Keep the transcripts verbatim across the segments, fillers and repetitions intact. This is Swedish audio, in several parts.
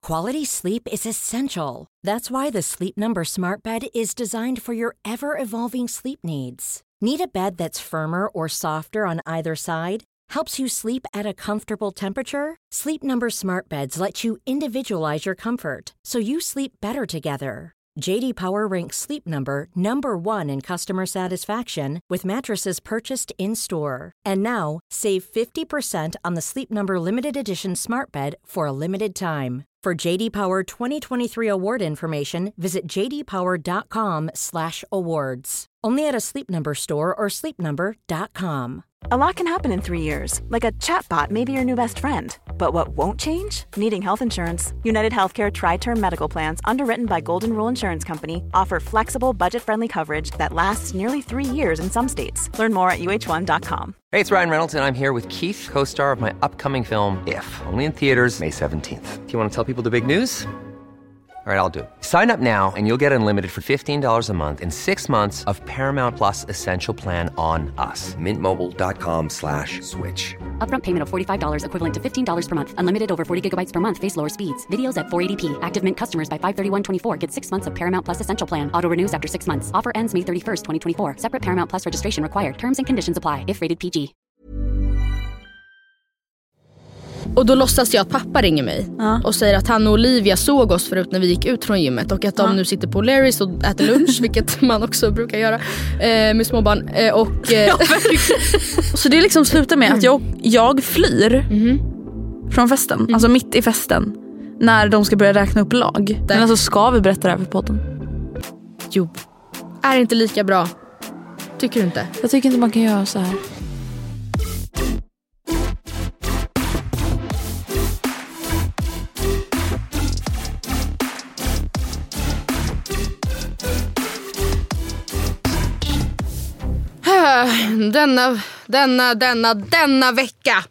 Quality sleep is essential. That's why the Sleep Number Smart Bed is designed for your ever-evolving sleep needs. Need a bed that's firmer or softer on either side? Helps you sleep at a comfortable temperature? Sleep Number Smart Beds let you individualize your comfort, so you sleep better together. J D Power ranks Sleep Number number one in customer satisfaction with mattresses purchased in-store. And now, save fifty percent on the Sleep Number Limited Edition Smart Bed for a limited time. For J D Power twenty twenty-three award information, visit j d power dot com slash awards. Only at a Sleep Number store or sleep number dot com. A lot can happen in three years, like a chatbot may be your new best friend. But what won't change? Needing health insurance. United Healthcare Tri-Term Medical Plans, underwritten by Golden Rule Insurance Company, offer flexible, budget-friendly coverage that lasts nearly three years in some states. Learn more at u h one dot com. Hey, it's Ryan Reynolds, and I'm here with Keith, co-star of my upcoming film, If, only in theaters May seventeenth. Do you want to tell people the big news? All right, I'll do it. Sign up now and you'll get unlimited for fifteen dollars a month and six months of Paramount Plus Essential Plan on us. Mint Mobile dot com slash switch. Upfront payment of forty-five dollars equivalent to fifteen dollars per month. Unlimited over forty gigabytes per month. Face lower speeds. Videos at four eighty p. Active Mint customers by five thirty-one twenty-four get six months of Paramount Plus Essential Plan. Auto renews after six months. Offer ends May thirty-first, twenty twenty-four. Separate Paramount Plus registration required. Terms and conditions apply if rated P G. Och då låtsas jag att pappa ringer mig ja. och säger att han och Olivia såg oss förut när vi gick ut från gymmet och att de ja. nu sitter på Larrys och äter lunch, vilket man också brukar göra eh, med småbarn eh, och eh... ja, så det liksom slutar med att jag, jag flyr mm. från festen, mm. alltså mitt i festen när de ska börja räkna upp lag. Där. Men alltså ska vi berätta det här för podden? Jo. Är det inte lika bra? Tycker du inte? Jag tycker inte man kan göra så här. Denna, denna, denna, denna vecka.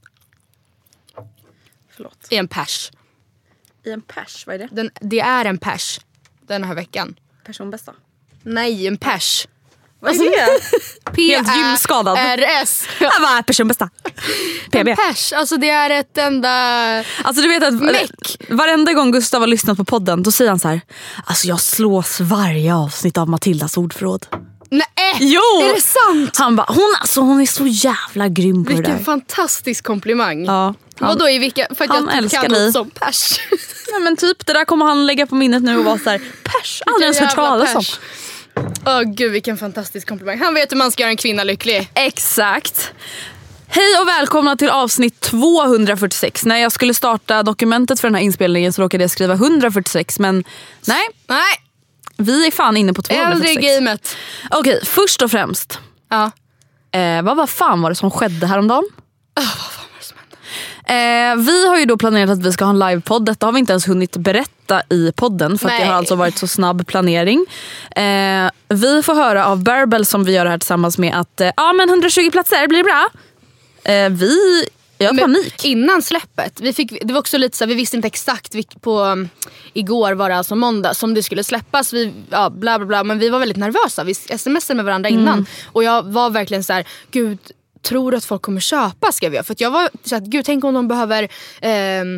Förlåt. I en pers. I en pers, vad är det? Den, det är en pers den här veckan. Personbästa? Nej, en pers. Vad är det? Helt gymskadad. R S. Jag var personbästa. P B. En pers, alltså det är ett enda... Alltså du vet att Meck. Varenda gång Gustav har lyssnat på podden, då säger han så här: alltså jag slås varje avsnitt av Matildas ordförråd. Nej, jo! Är det sant? Han bara, hon, alltså, hon är så jävla grym på vilken det där. Vilken fantastisk komplimang. Ja, han, och då i vilka, för att han jag älskar kan dig som pers. Ja, men typ, det där kommer han lägga på minnet nu och vara så här: pers, aldrig ens hört talas om. Åh gud, vilken fantastisk komplimang. Han vet hur man ska göra en kvinna lycklig. Exakt. Hej och välkomna till avsnitt tvåhundrafyrtiosex. När jag skulle starta dokumentet för den här inspelningen så råkade jag skriva hundrafyrtiosex. Men nej, nej. Vi är fan inne på tvåhundrafyrtiosex. Äldre gamet. Okej, först och främst. Ja. Eh, vad var fan var det som skedde häromdagen? Oh, vad fan var det som hände? Eh, vi har ju då planerat att vi ska ha en livepodd. Detta har vi inte ens hunnit berätta i podden. För att det har alltså varit så snabb planering. Eh, vi får höra av Bärbel som vi gör här tillsammans med att ja eh, men hundratjugo platser blir bra. Eh, vi... Jag har panik. Innan släppet, vi fick, det var också lite så här, vi visste inte exakt vilk, på um, igår var det alltså måndag som det skulle släppas, vi, ja, bla bla bla, men vi var väldigt nervösa, vi smsade med varandra innan mm. och jag var verkligen så här: gud, tror du att folk kommer köpa, skrev jag, för att jag var så att gud, tänk om de behöver eh,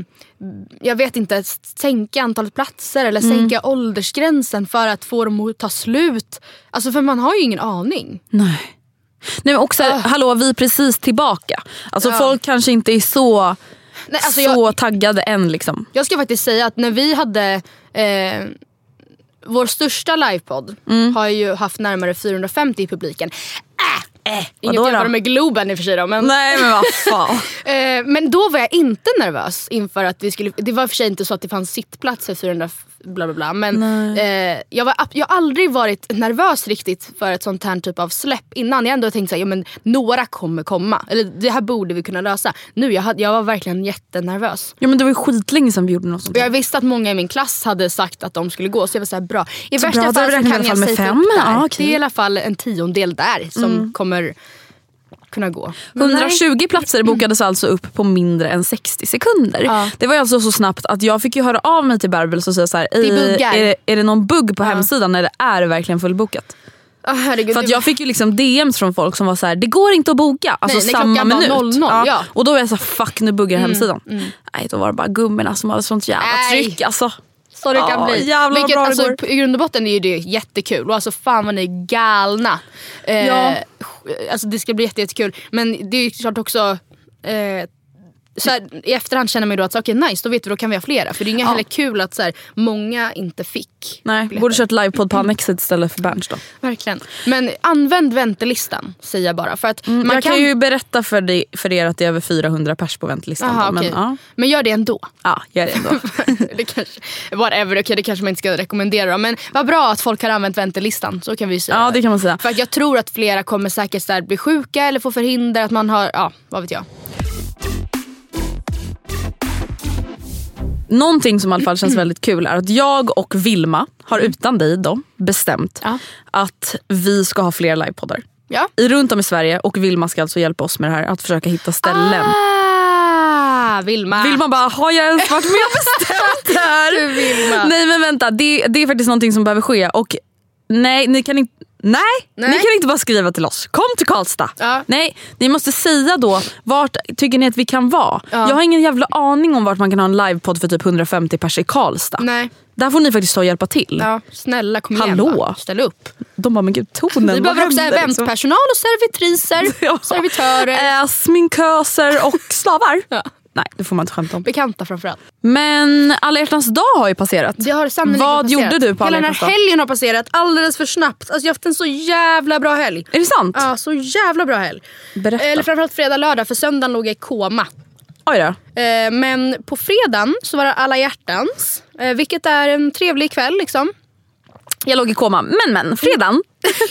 jag vet inte, sänka antalet platser eller mm. sänka åldersgränsen för att få dem att ta slut, alltså för man har ju ingen aning. Nej. Nej, men också, uh. hallå, vi är precis tillbaka. Alltså uh. folk kanske inte är så, Nej, alltså så jag, taggade än liksom. Jag ska faktiskt säga att när vi hade eh, vår största livepodd mm. har ju haft närmare fyrahundrafemtio i publiken. Äh, äh, Inget jämfört med Globen i och för sig då, men... Nej, men vad fan. eh, Men då var jag inte nervös inför att vi skulle... Det var för sig inte så att det fanns sittplats för fyrahundra bla bla bla, men eh, jag, var, jag har aldrig varit nervös riktigt för ett sånt här typ av släpp innan. Jag ändå tänkte så här, ja men några kommer komma, eller det här borde vi kunna lösa. Nu, jag, hade, jag var verkligen jättenervös. Ja men det var ju skitlänge sedan vi gjorde något sånt här. Jag visste att många i min klass hade sagt att de skulle gå, så jag var så här, bra. I så värsta bra, fall så kan jag säga fem. upp där. Ah, okay. Det är i alla fall en tiondel där som mm. kommer kunna gå. hundratjugo platser bokades alltså upp på mindre än sextio sekunder. Ja. Det var alltså så snabbt att jag fick ju höra av mig till Bärbel och säga så här, det är, är, det, är det någon bugg på ja. hemsidan när det är verkligen fullbokat? Oh, herregud, för att det... jag fick ju liksom D Ms från folk som var så här: det går inte att boka. Alltså nej, samma minut. noll noll, ja. Ja. Och då var jag så här, fuck nu buggar mm, hemsidan. Mm. Nej, då var det bara gummorna som hade sånt jävla nej. tryck. Alltså. Så det kan oh, bli. Jävlar Vilket, bra alltså, det går. i grund och botten är ju det jättekul. Och alltså fan vad ni är galna. Eh, ja. Alltså det ska bli jätte, jättekul. Men det är ju klart också... Eh, så här, i efterhand känner man ju då att okej, okay, nice, då vet vi, då kan vi ha flera. För det är inga ja. heller kul att så här, många inte fick. Nej, biljetter. Borde kört livepodd på Annexet istället för Berns då. Verkligen. Men använd väntelistan, säger jag bara. För att mm, man jag kan... kan ju berätta för, dig, för er att det är över fyrahundra pers på väntelistan. Aha, då, men, okay. ja. men gör det ändå. Ja, gör det ändå. det kanske, whatever, okay, det kanske man inte ska rekommendera. Men vad bra att folk har använt väntelistan, så kan vi säga. Ja, det kan man säga. För att jag tror att flera kommer säkert så här, bli sjuka eller få förhinder att man har, ja, vad vet jag. Någonting som i alla fall känns väldigt kul är att jag och Vilma har utan dig då bestämt ja. att vi ska ha fler livepoddar. Ja. I runt om i Sverige, och Vilma ska alltså hjälpa oss med det här att försöka hitta ställen. Ah, Vilma. Vilma bara, har jag ens varit med och bestämt det här? Vilma. Nej men vänta, det, det är faktiskt någonting som behöver ske. Och nej, ni kan inte Nej, Nej, ni kan inte bara skriva till oss. Kom till Karlstad. Ja. Nej, ni måste säga då vart tycker ni att vi kan vara. Ja. Jag har ingen jävla aning om vart man kan ha en livepodd för typ hundrafemtio pers i Karlstad. Nej. Där får ni faktiskt ta och hjälpa till. Ja, snälla kom igen. Hallå. Ställ upp. De bara, men gud, tonen. Vi behöver också eventpersonal och servitriser, ja. servitörer. Äh, sminköser och slavar. Ja. Nej, det får man inte skämta om. Bekanta framförallt. Men alla hjärtans dag har ju passerat. Det har sannolikt Vad passerat. gjorde du på alla Hela den hjärtans dag? här helgen har passerat alldeles för snabbt. Alltså jag har haft en så jävla bra helg. Är det sant? Ja, så jävla bra helg. Berätta. Eller framförallt fredag, lördag. För söndagen låg jag i koma. Oj då. Eh, men på fredagen så var det alla hjärtans. Eh, vilket är en trevlig kväll liksom. Jag låg i koma, men men, fredagen.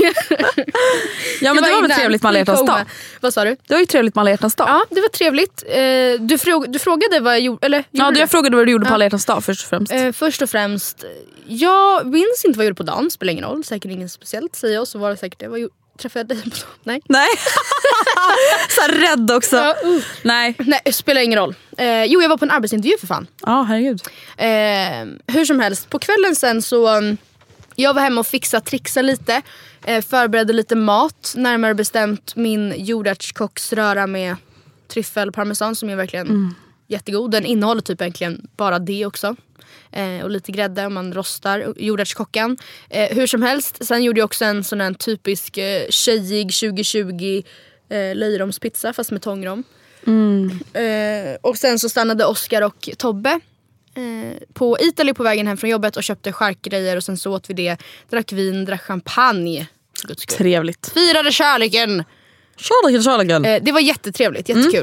Ja men det var väl trevligt med alla hjärtans dag. Vad sa du? Det var ju trevligt med alla hjärtans dag. Ja, det var trevligt. Eh, du, fråg, du frågade vad jag gjorde, eller? Ja, du, jag frågade vad du gjorde ja. på alla hjärtans dag först och främst. Eh, först och främst, jag minns inte vad jag gjorde på dagen, spelar ingen roll. Säkert inget speciellt, säger jag, så var det säkert det. Vad träffade jag dig på dagen? Nej. Nej. Så här rädd också. Ja, uh. Nej. Nej, spelar ingen roll. Eh, jo, jag var på en arbetsintervju för fan. Ja, herregud. Eh, hur som helst, på kvällen sen så... Um, jag var hemma och fixade, trixa lite. Eh, förberedde lite mat. Närmare bestämt min jordärtskocksröra med tryffel parmesan som är verkligen mm. jättegod. Den innehåller typ egentligen bara det också. Eh, och lite grädde om man rostar jordärtskockan. Eh, hur som helst. Sen gjorde jag också en sån här typisk eh, tjejig tjugo tjugo eh, löjromspizza fast med tångrom. Mm. Eh, och sen så stannade Oskar och Tobbe på Italy på vägen hem från jobbet och köpte charkgrejer och sen så åt vi det, drack vin, drack champagne. Trevligt. Firade kärleken. Kärleken, kärleken. Eh, det var jättetrevligt, jättekul.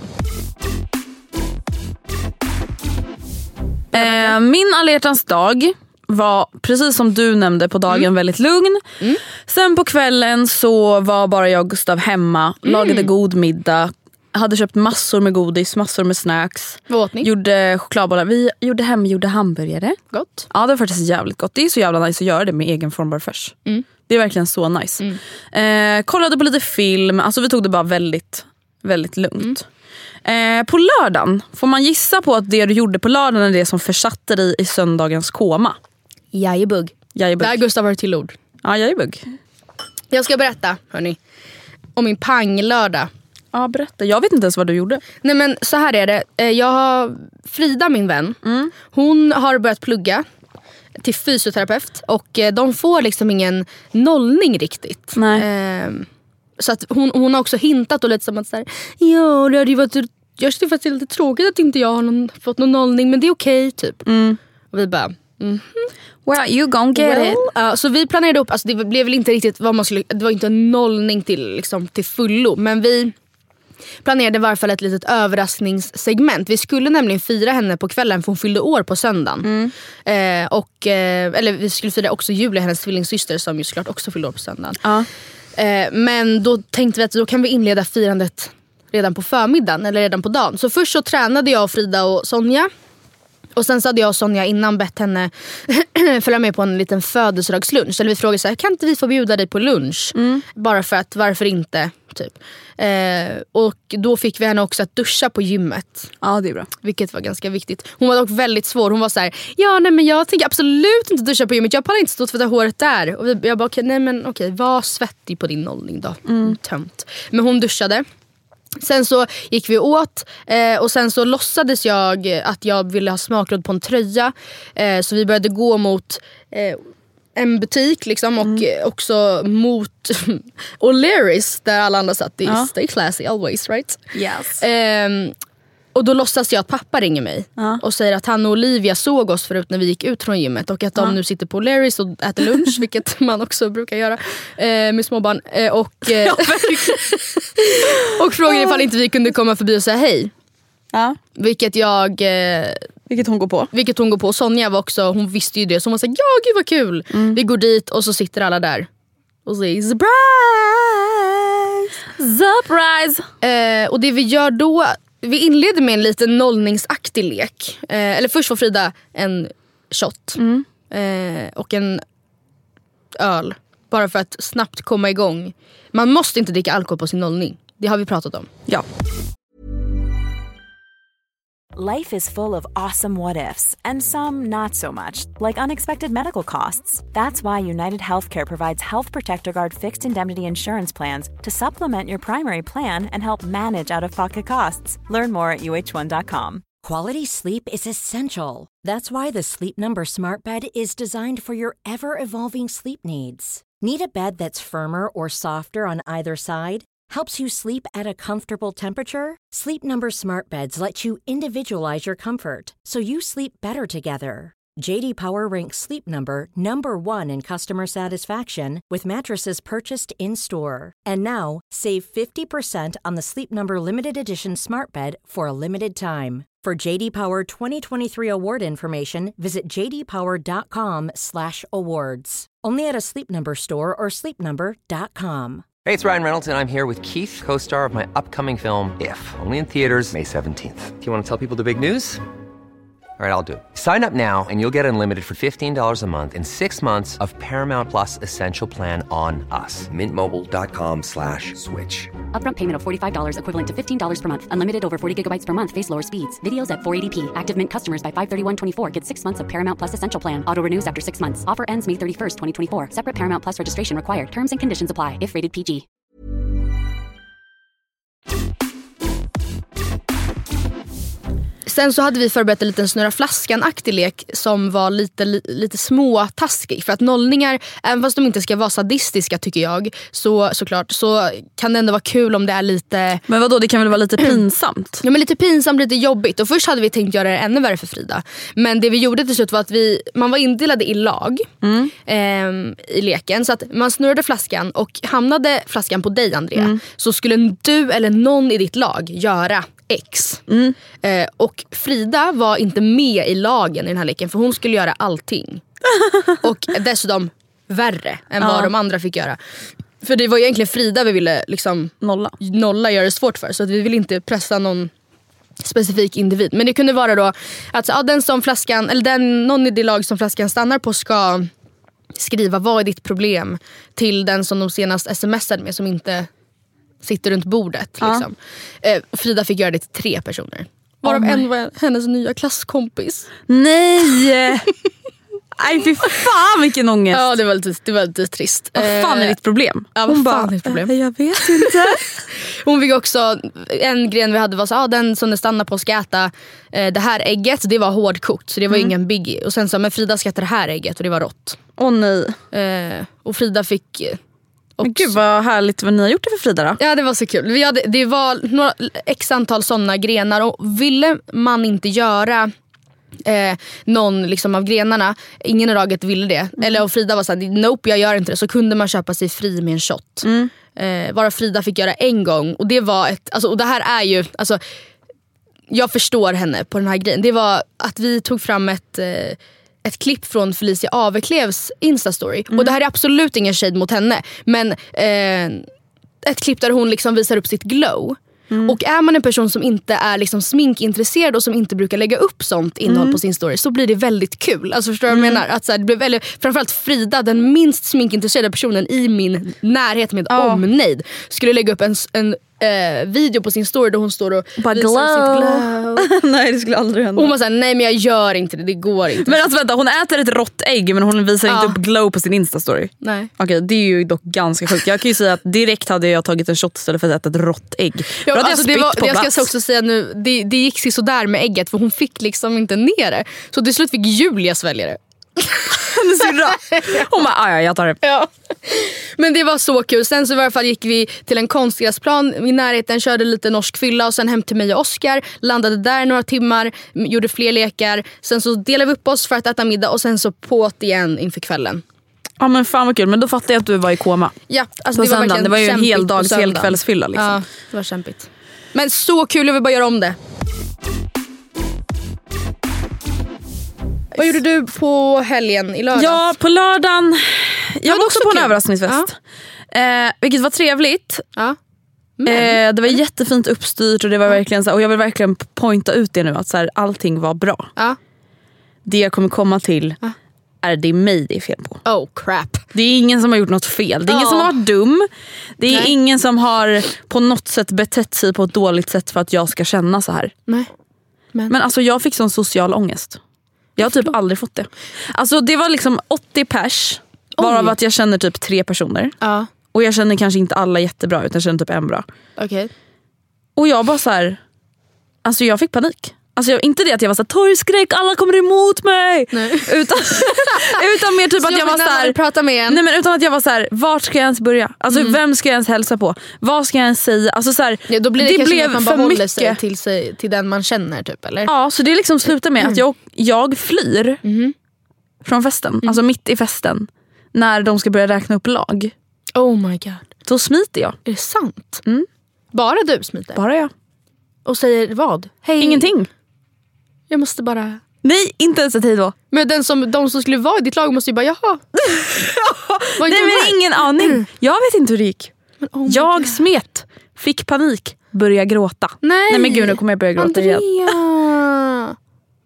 Mm. Eh, min alla hjärtans dag var, precis som du nämnde på dagen, mm. väldigt lugn. Mm. Sen på kvällen så var bara jag och Gustav hemma, mm. lagade god middag. Hade köpt massor med godis, massor med snacks. Vad åt ni? Gjorde chokladbollar. Vi gjorde hemgjorda hamburgare. Gott. Ja, det var faktiskt jävligt gott. Det är så jävla nice att göra det med egen formbar färs. Mm. Det är verkligen så nice. Mm. Eh, kollade på lite film. Alltså vi tog det bara väldigt, väldigt lugnt. Mm. Eh, på lördagen, får man gissa på att det du gjorde på lördagen är det som försatte dig i söndagens koma? Jajebugg. Jajebugg. Där Gustav var till ord. Ja, jajebugg. Jag ska berätta, hörni, om min panglördag. Ja, berätta. Jag vet inte ens vad du gjorde. Nej men så här är det. Jag har Frida, min vän. Mm. Hon har börjat plugga till fysioterapeut. Och de får liksom ingen nollning riktigt. Nej. Ehm, så att hon, hon har också hintat och lite som att så här, ja, det hade ju varit, jag tycker faktiskt det är lite tråkigt att inte jag har någon, fått någon nollning. Men det är okej typ. Mm. Och vi bara... Mm-hmm. Well, you gonna get well. it. Uh, så vi planerade upp, alltså det blev väl inte riktigt vad man skulle, det var inte en nollning till, liksom, till fullo. Men vi planerade i varje fall ett litet överraskningssegment. Vi skulle nämligen fira henne på kvällen för hon fyllde år på söndagen. Mm. Eh, och, eh, eller vi skulle fira också Julia, hennes tvillingsyster, som ju såklart också fyllde år på söndagen. Uh. Eh, men då tänkte vi att då kan vi inleda firandet redan på förmiddagen eller redan på dagen. Så först så tränade jag, Frida och Sonja. Och sen så hade jag och Sonja innan bett henne följa med på en liten födelsedagslunch. Eller vi frågade så här, kan inte vi få bjuda dig på lunch? Mm. Bara för att, varför inte? Typ. Eh, och då fick vi henne också att duscha på gymmet. Ja, det är bra. Vilket var ganska viktigt. Hon var dock väldigt svår. Hon var så här, ja nej men jag tänker absolut inte duscha på gymmet. Jag pallar inte stå och tvätta håret där. Och vi, jag bara, okej, nej men okej, var svettig på din nollning då. Mm. Tömt. Men hon duschade. Sen så gick vi åt eh, och sen så låtsades jag att jag ville ha smakråd på en tröja. Eh, så vi började gå mot eh, en butik liksom, och mm. också mot O'Learys där alla andra satt. Ja. Stay classy always, right? Yes. Eh, och då låtsas jag att pappa ringer mig ja. och säger att han och Olivia såg oss förut när vi gick ut från gymmet och att de ja. nu sitter på O'Learys och äter lunch, vilket man också brukar göra eh, med småbarn. Eh, och, eh, och frågade ifall inte vi kunde komma förbi och säga hej. Ja. Vilket jag... Eh, vilket hon går på. Vilket hon går på. Sonja var också, hon visste ju det. Så hon var såhär, ja gud vad kul. Mm. Vi går dit och så sitter alla där. Och säger surprise! Surprise! Eh, och det vi gör då... Vi inleder med en liten nollningsaktig lek. Eh, eller först får Frida en shot. Mm. Eh, och en öl. Bara för att snabbt komma igång. Man måste inte dricka alkohol på sin nollning. Det har vi pratat om. Ja. Life is full of awesome what-ifs, and some not so much, like unexpected medical costs. That's why United Healthcare provides Health Protector Guard fixed indemnity insurance plans to supplement your primary plan and help manage out-of-pocket costs. Learn more at U H one dot com. Quality sleep is essential. That's why the Sleep Number Smart Bed is designed for your ever-evolving sleep needs. Need a bed that's firmer or softer on either side? Helps you sleep at a comfortable temperature? Sleep Number Smart Beds let you individualize your comfort, so you sleep better together. J D Power ranks Sleep Number number one in customer satisfaction with mattresses purchased in-store. And now, save fifty percent on the Sleep Number Limited Edition Smart Bed for a limited time. For J D Power twenty twenty-three award information, visit j d power dot com slash awards. Only at a Sleep Number store or sleep number dot com. Hey, it's Ryan Reynolds, and I'm here with Keith, co-star of my upcoming film, If, only in theaters May seventeenth. Do you want to tell people the big news? All right, I'll do it. Sign up now and you'll get unlimited for fifteen dollars a month and six months of Paramount Plus Essential Plan on us. Mint Mobile dot com slash switch. Upfront payment of forty-five dollars equivalent to fifteen dollars per month. Unlimited over forty gigabytes per month. Face lower speeds. Videos at four eighty p. Active Mint customers by five thirty-one twenty-four get six months of Paramount Plus Essential Plan. Auto renews after six months. Offer ends May thirty-first, twenty twenty-four. Separate Paramount Plus registration required. Terms and conditions apply if rated P G. Sen så hade vi förberett en liten snurra flaskan-aktig lek som var lite, li, lite småtaskig. För att nollningar, även fast de inte ska vara sadistiska tycker jag, så, såklart, så kan det ändå vara kul om det är lite... Men vadå, det kan väl vara lite pinsamt? Ja, men lite pinsamt, lite jobbigt. Och först hade vi tänkt göra det ännu värre för Frida. Men det vi gjorde till slut var att vi, man var indelade i lag mm. eh, i leken. Så att man snurrade flaskan och hamnade flaskan på dig, Andrea, mm. så skulle du eller någon i ditt lag göra X. Mm. Eh, och Frida var inte med i lagen i den här leken, för hon skulle göra allting. Och dessutom värre än vad ja. de andra fick göra. För det var egentligen Frida vi ville liksom nolla, nolla göra det svårt för. Så att vi ville inte pressa någon specifik individ. Men det kunde vara då att ja, den som flaskan, eller den, någon i det lag som flaskan stannar på ska skriva vad är ditt problem till den som de senast smsade med, som inte sitter runt bordet ja. liksom. eh, Frida fick göra det till tre personer. Varav oh en var hennes nya klasskompis. Nej! Nej, fy fan vilken ångest. Ja, det var lite, det var lite trist. Vad fan är ditt problem? Ja, vad fan är ditt problem? Jag vet inte. Hon fick också, en gren vi hade var så, ah, den som det stannar på ska äta eh, det här ägget, det var hårdkokt, så det var mm. ingen biggie. Och sen så, men Frida ska äta det här ägget och det var rått. Åh oh, nej. eh, Och Frida fick Men gud vad härligt vad ni har gjort det för Frida då. Ja, det var så kul. Vi hade, det var några, x antal sådana grenar. Och ville man inte göra eh, någon liksom av grenarna, ingen i laget ville det, mm. eller och Frida var såhär, nope jag gör inte det, så kunde man köpa sig fri med en shot. mm. eh, Bara Frida fick göra en gång. Och det var ett, alltså, och det här är ju alltså, jag förstår henne på den här grejen. Det var att vi tog fram ett eh, ett klipp från Felicia Aveklevs Insta-story. Mm. Och det här är absolut ingen shade mot henne. Men eh, ett klipp där hon liksom visar upp sitt glow. Mm. Och är man en person som inte är liksom sminkintresserad och som inte brukar lägga upp sånt innehåll mm. på sin story, så blir det väldigt kul. Alltså förstår du mm. vad jag menar? Att så här, det blir väldigt, framförallt Frida, den minst sminkintresserade personen i min närhet med oh. omnejd, skulle lägga upp en, en eh, video på sin story där hon står och bara visar glow. sitt glow. Nej, det skulle aldrig hända. Och hon var såhär, nej men jag gör inte det, det går inte. Men alltså vänta, hon äter ett rått ägg men hon visar ja. inte upp glow på sin Insta-story. Nej. Okej, det är ju dock ganska sjukt. Jag kan ju säga att direkt hade jag tagit en shot istället för att äta ett rått ägg. Ja, alltså alltså jag det var, på jag ska också säga nu, det, det gick sig så där med ägget för hon fick liksom inte ner det. Så till slut fick Julia svälja det. Hon bara, ja jag tar det. Ja. Men det var så kul. Sen så i varje fall gick vi till en konstgräsplan i närheten, körde lite norsk fylla och sen hem till mig och Oscar. Landade där några timmar, gjorde fler lekar. Sen så delade vi upp oss för att äta middag och sen så påt igen inför kvällen. Ja men fan vad kul, men då fattar jag att du var i koma. Ja, alltså på det var söndagen, det var ju en hel dags hel kvällsfylla liksom. Ja, det var kämpigt. Men så kul, jag vill bara göra om det. Vad gjorde du på helgen i lördags? Ja, på lördagen. Jag var var också på kul. en överraskningsfest. Ja. Eh, vilket var trevligt. Ja. Eh, det var jättefint uppstyrt och det var verkligen så här, och jag vill verkligen pointa ut det nu att så här, allting var bra. Ja. Det jag kommer komma till ja. är det mig det är fel på. Oh crap. Det är ingen som har gjort något fel. Det är ingen oh. som har varit dum. Det är Nej. ingen som har på något sätt betett sig på ett dåligt sätt för att jag ska känna så här. Nej. Men, Men alltså jag fick sån social ångest. Jag har typ aldrig fått det. Alltså det var liksom åttio pers. Varav att jag känner typ tre personer. Ja. Och jag känner kanske inte alla jättebra, utan jag känner typ en bra. Okej. Okay. Och jag bara så här, alltså jag fick panik. Alltså jag, inte det att jag var så här, torgskräck, alla kommer emot mig. Nej. Utan, utan mer typ så att jag var så här, prata med en. Nej men utan att jag var så här, vart ska jag ens börja? Alltså mm. vem ska jag ens hälsa på? Vad ska jag ens säga? Alltså så här, ja, då blir det, det kanske blev att man bara för håller mycket. sig till, sig till den man känner typ, eller? Ja, så det liksom slutar med att jag, jag flyr mm. från festen. Mm. Alltså mitt i festen. När de ska börja räkna upp lag. Oh my god. Då smiter jag. Är det sant? Mm. Bara du smiter? Bara jag. Och säger vad? Hej. Ingenting. Jag måste bara... Nej, inte ens ett hej då. Men den som, de som skulle vara i ditt lag måste ju bara, jaha. Nej men ingen aning. Mm. Jag vet inte hur det gick. Men, oh jag God. smet. Fick panik. Börja gråta. Nej. Nej men gud, nu kommer jag börja gråta Andrea. igen.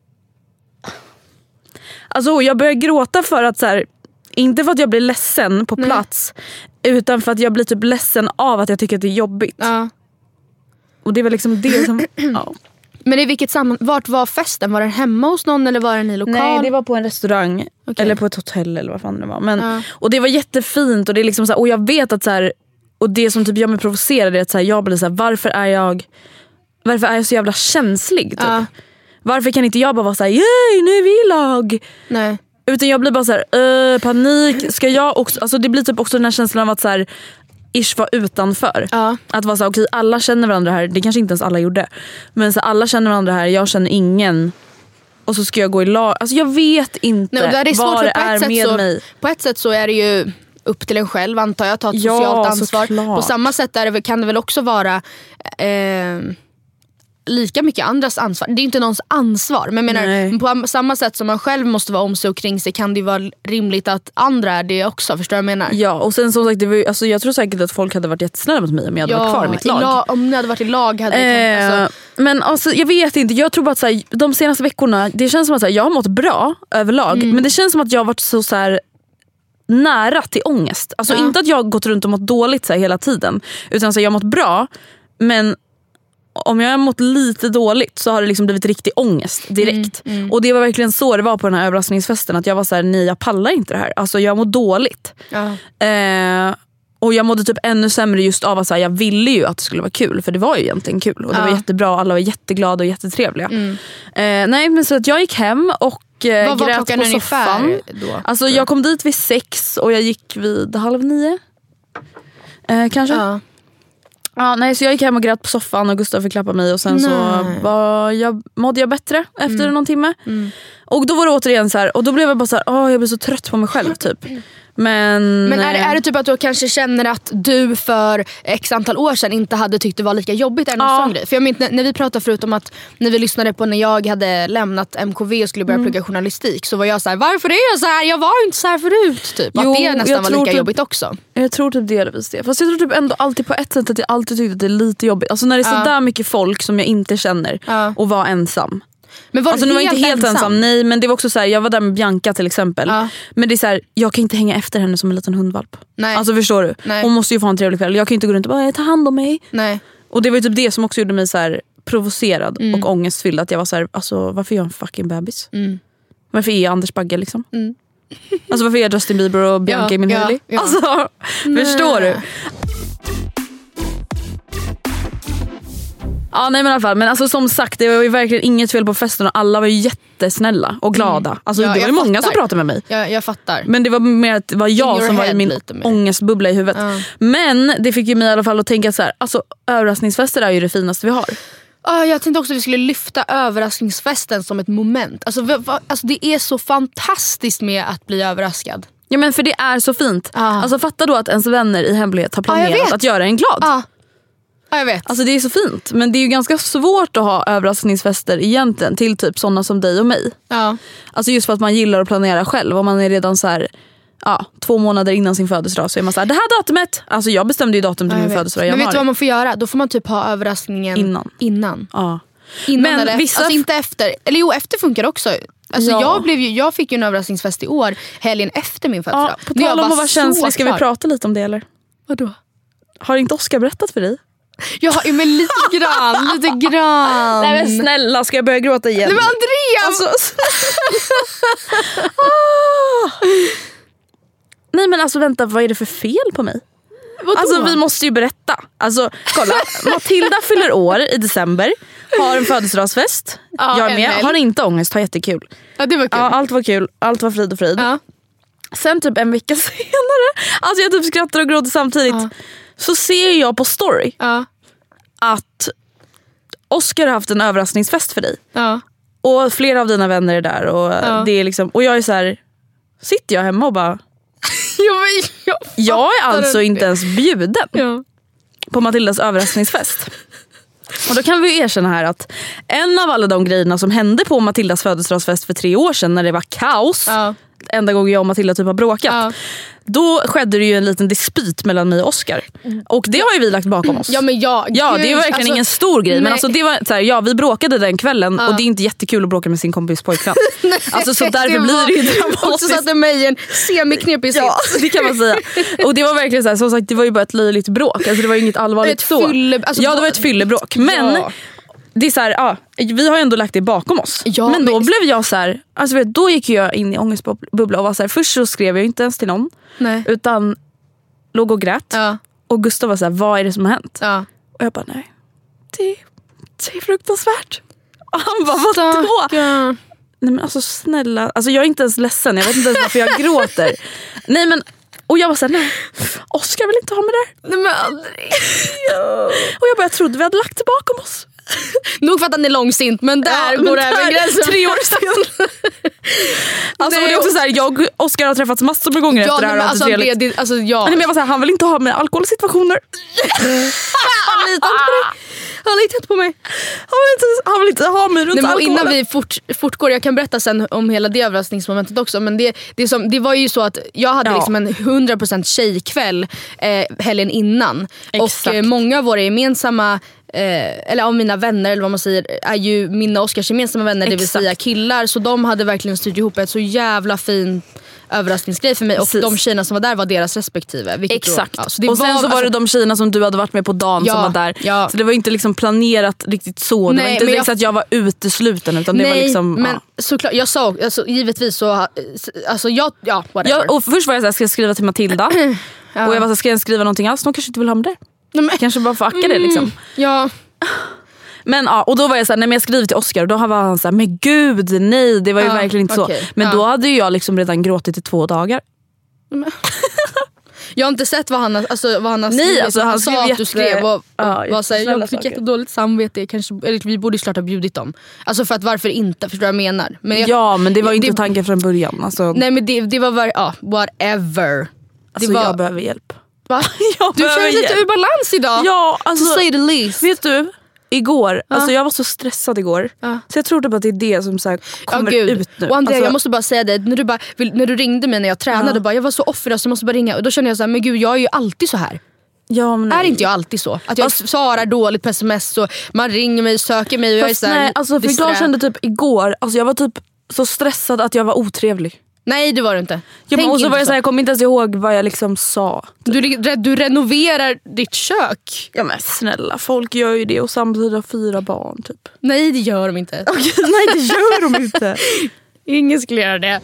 Alltså jag börjar gråta för att så här, inte för att jag blir ledsen på plats. Nej. Utan för att jag blir typ ledsen av att jag tycker att det är jobbigt. Ja. Och det var liksom det som... ja. Men i vilket samman... Vart var festen? Var den hemma hos någon eller var den i lokal? Nej, det var på en restaurang. Okay. Eller på ett hotell eller vad fan det var. Men, ja. Och det var jättefint. Och, det är liksom så här, och jag vet att så här, och det som typ gör mig provocerad är att så här, jag blir så här, varför är jag Varför är jag så jävla känslig typ? Ja. Varför kan inte jag bara vara så här, yay, nu är vi i lag? Nej. Utan jag blir bara så här, uh, panik. Ska jag också... Alltså det blir typ också den här känslan av att så här, ish var utanför. Ja. Att vara så okej, okay, alla känner varandra här. Det kanske inte ens alla gjorde. Men så alla känner varandra här, jag känner ingen. Och så ska jag gå i lag. Alltså jag vet inte. Nej, det är svårt, vad det för är med så, mig. På ett sätt så är det ju upp till en själv, antar jag, ta ett ja, socialt ansvar. Såklart. På samma sätt är det, kan det väl också vara eh, lika mycket andras ansvar. Det är inte någons ansvar, men jag menar, på samma sätt som man själv måste vara om sig och kring sig, kan det vara rimligt att andra är det också. Förstår du vad jag menar? Ja, och sen som sagt, det var ju, alltså, jag tror säkert att folk hade varit jättesnälla mot mig om jag hade ja, varit kvar i mitt lag. I lag om ni hade varit i lag hade eh, det alltså. Men alltså, jag vet inte, jag tror bara att så här, de senaste veckorna, det känns som att så här, jag har mått bra överlag, mm. men det känns som att jag har varit så, så här, nära till ångest. Alltså ja. Inte att jag har gått runt och mått dåligt så här, hela tiden, utan så här, jag har mått bra, men om jag har mått lite dåligt så har det liksom blivit riktig ångest direkt. Mm, mm. Och det var verkligen så det var på den här överraskningsfesten, att jag var så här, nej jag pallar inte det här. Alltså jag mår dåligt. Ja. Eh, och jag mådde typ ännu sämre just av att så här, jag ville ju att det skulle vara kul, för det var ju egentligen kul och det ja. var jättebra, alla var jätteglada och jättetrevliga. Mm. Eh, nej men så att jag gick hem och eh, Vad var grät på soffan. Då? Alltså jag kom dit vid sex och jag gick vid halv nio. Eh, kanske. Ja. Ja, nej, så jag gick hem och grät på soffan och Gustav fick klappa mig och sen nej. så var jag, mådde jag bättre efter mm. någon timme. Mm. Och då var det återigen så här, och då blev jag bara så här, åh, jag blev så trött på mig själv typ. Men, Men är, det, är det typ att du kanske känner att du för x antal år sedan inte hade tyckt det var lika jobbigt? Är det någon Ja. sån grej? För jag minns när, när vi pratade förut om att när vi lyssnade på när jag hade lämnat M K V och skulle börja Mm. plugga journalistik, så var jag så här: varför är jag så här? Jag var ju inte så här förut typ. Jo, att det jag nästan var tror lika typ- jobbigt också. Jag tror typ delvis det. Fast jag tror typ ändå alltid på ett sätt att jag alltid tyckte att det är lite jobbigt. Alltså när det är Ja. sådär mycket folk som jag inte känner Ja. och var ensam. Men var Alltså du nu var jag helt inte helt ensam. ensam? Nej, men det var också så här, jag var där med Bianca till exempel. Ja. Men det är så här, jag kan inte hänga efter henne som en liten hundvalp. Nej. Alltså förstår du? Nej. Hon måste ju få en trevlig kväll. Jag kan ju inte gå runt och bara ta hand om mig. Nej. Och det var ju typ det som också gjorde mig så här provocerad Mm. och ångestfylld. Att jag var så här, alltså varför är jag en fucking bebis? Mm. Varför är jag Anders Bagge liksom? Mm. Alltså varför är jag Justin Bieber och Bianca Ja, i min ja, Hailey? ja. Alltså, förstår du? Ja, nej men i alla fall, men alltså som sagt, det var ju verkligen inget fel på festen och alla var ju jättesnälla och glada. Alltså Ja, det var ju jag många som fattar. pratade med mig. Jag, jag fattar. Men det var mer att det var jag your som var i head min lite mer. ångestbubbla i huvudet. Ja. Men det fick ju mig i alla fall att tänka så här, alltså överraskningsfester är ju det finaste vi har. Ah, jag tänkte också att vi skulle lyfta överraskningsfesten som ett moment. Alltså, va, va, alltså det är så fantastiskt med att bli överraskad. Ja men för det är så fint. Ja. Alltså fatta då att ens vänner i hemlighet har Ja, jag planerat vet. att göra en glad. Ja, ah, jag vet. Alltså det är så fint. Men det är ju ganska svårt att ha överraskningsfester egentligen till typ sådana som dig och mig. Ja. Alltså just för att man gillar att planera själv och man är redan så här, ja, två månader innan sin födelsedag så är man så här, det här datumet. Alltså jag bestämde ju datum till Ja, jag min vet. födelsedag i Men vet januari. du vad man får göra? Då får man typ ha överraskningen Innan. Innan, Ja. innan Men eller vissa- efter. Alltså inte efter. Eller jo, efter funkar också. Alltså Ja. jag, blev ju, jag fick ju en överraskningsfest i år, helgen efter min födelsedag. Ja, på När jag tal om var att vara så känslig, ska vi klar. prata lite om det eller? Vadå? Har inte Oscar berättat för dig? Ja, men lite grann, lite grann. Nej men snälla, ska jag börja gråta igen? Nej men Andrea! Alltså, ah. Nej men alltså vänta, vad är det för fel på mig? Vadå? Alltså vi måste ju berätta. Alltså kolla, Matilda fyller år i december, har en födelsedagsfest. Ja, Jag är en med, helg. har inte ångest, har jättekul. Ja, det var kul. Ja, allt var kul, allt var frid och frid. Ja. Sen typ en vecka senare, alltså jag typ skrattar och gråter samtidigt. Ja. Så ser jag på story Ja. att Oscar har haft en överraskningsfest för dig. Ja. Och flera av dina vänner är där och, Ja. det är liksom, och jag är så här, sitter jag hemma och bara, Ja, men jag, jag är fattar alltså inte det. ens bjuden Ja. på Matildas överraskningsfest. Och då kan vi ju erkänna här att en av alla de grejerna som hände på Matildas födelsedagsfest för tre år sedan när det var kaos, Ja. enda gången jag och Matilda typ har bråkat, Ja. då skedde det ju en liten dispyt mellan mig och Oscar. Och det har ju vi lagt bakom oss. Ja, men jag, Ja, gud, det är verkligen alltså, ingen stor grej. Men nej. alltså det var så här, ja, vi bråkade den kvällen Ja. och det är inte jättekul att bråka med sin kompis pojkvän. Nej, Alltså så därför det blir det ju var- dramatiskt. Också satte mig i en semiknepig Ja, sits. det kan man säga. Och det var verkligen så här, som sagt, det var ju bara ett löjligt bråk. Alltså det var ju inget allvarligt Ett så. fylle- alltså, ja, det var ett fyllebråk. Men Ja. det är så här, ja, vi har ju ändå lagt det bakom oss. Ja, men då men- blev jag så här, alltså vet, då gick jag in i ångestbubbla och var så här, först så skrev jag inte ens till någon. Nej. Utan låg och grät. Ja. Och Gustav var så här, vad är det som har hänt? Ja. Och jag bara, nej, det, det är fruktansvärt. Och han bara, vadå? Stackarn. Nej men alltså snälla, alltså jag är inte ens ledsen, jag vet inte ens varför jag gråter. Nej men, och jag var såhär, nej, Oscar vill inte ha mig där. Nej men aldrig. Och jag bara, jag trodde vi hade lagt det bakom oss. Nog för att den är långsint, men där Ja, går men det där- över gränsen. tre år sen. Alltså och det är också såhär, jag och Oscar har träffats massor med gånger Ja, efter det nej, här. men och alltså, haft det det, trevligt. det, alltså, ja. Men jag var såhär, han vill inte ha med alkoholsituationer. Han litar inte på dig. Han har litat på mig. Han vill inte, han vill inte ha mig runt Nej, men och alkoholen. innan vi fort, fortgår, jag kan berätta sen om hela det överraskningsmomentet också, men det, det, är som, det var ju så att jag hade Ja. liksom en hundra procent tjejkväll eh, helgen innan. Exakt. Och eh, många av våra gemensamma eh, eller av mina vänner eller vad man säger, är ju mina och Oskars gemensamma vänner, det vill Exakt. säga killar, så de hade verkligen styrt ihop ett så jävla fin överraskningsgrej för mig. Precis. Och de tjejerna som var där var deras respektive. vilket Exakt. Då, ja, så det och sen var, så var det alltså, de tjejerna som du hade varit med på dagen Ja, som var där. ja. Så det var inte liksom planerat riktigt så. Det Nej, var inte men direkt jag- att jag var utesluten utan det nej, var liksom... men ja. såklart, jag sa alltså, givetvis så, alltså jag, ja whatever. Jag, och först var jag såhär, ska jag skriva till Matilda? Och jag var såhär, ska jag skriva någonting alls? De kanske inte vill ha mig där. Nej, men- Kanske bara fucka det liksom. Ja. Men ja, och då var jag såhär, nej men jag skriver till Oscar och då var han såhär, men gud nej, det var ju Ja, verkligen inte okej, så. Men ja. då hade ju jag liksom redan gråtit i två dagar. Jag har inte sett vad han har, alltså, vad han har Nej, skrivit. alltså, han sa skrev att du skrev och, och ja, var såhär, jag fick saker. jättedåligt samvete. Kanske, eller, vi borde ju klart ha bjudit dem. Alltså för att varför inte, förstår du vad jag menar? Men jag, ja, men det var ju inte det, tanken från början. Alltså, nej, men det, det var var, ja, whatever. alltså, det var, jag behöver hjälp. Va? Jag Du behöver känns lite hjälp. ur balans idag. Ja, alltså, to say the least. Vet du, igår, Ja. alltså jag var så stressad igår. Ja. Så jag tror typ att det är det som så här kommer ja, ut nu. Och Andrea, alltså, jag måste bara säga det, när du, bara, när du ringde mig när jag tränade, Ja. bara, jag var så offer så jag måste bara ringa. Och då kände jag så här, men gud, jag är ju alltid så här. ja, men Är inte jag alltid så? Att jag Fast- svarar dåligt på sms och man ringer mig, söker mig och jag är Fast så här nej, alltså, för disträ. jag kände typ igår, alltså jag var typ så stressad att jag var otrevlig. Nej, det var det inte. Ja, men Tänk och så inte var jag, så. så här, jag kommer inte ens ihåg vad jag liksom sa. Du, re- du renoverar ditt kök. Ja men snälla, folk gör ju det och samtidigt har fyra barn typ. Nej, det gör de inte. Nej, det gör de inte. Ingen skulle göra det.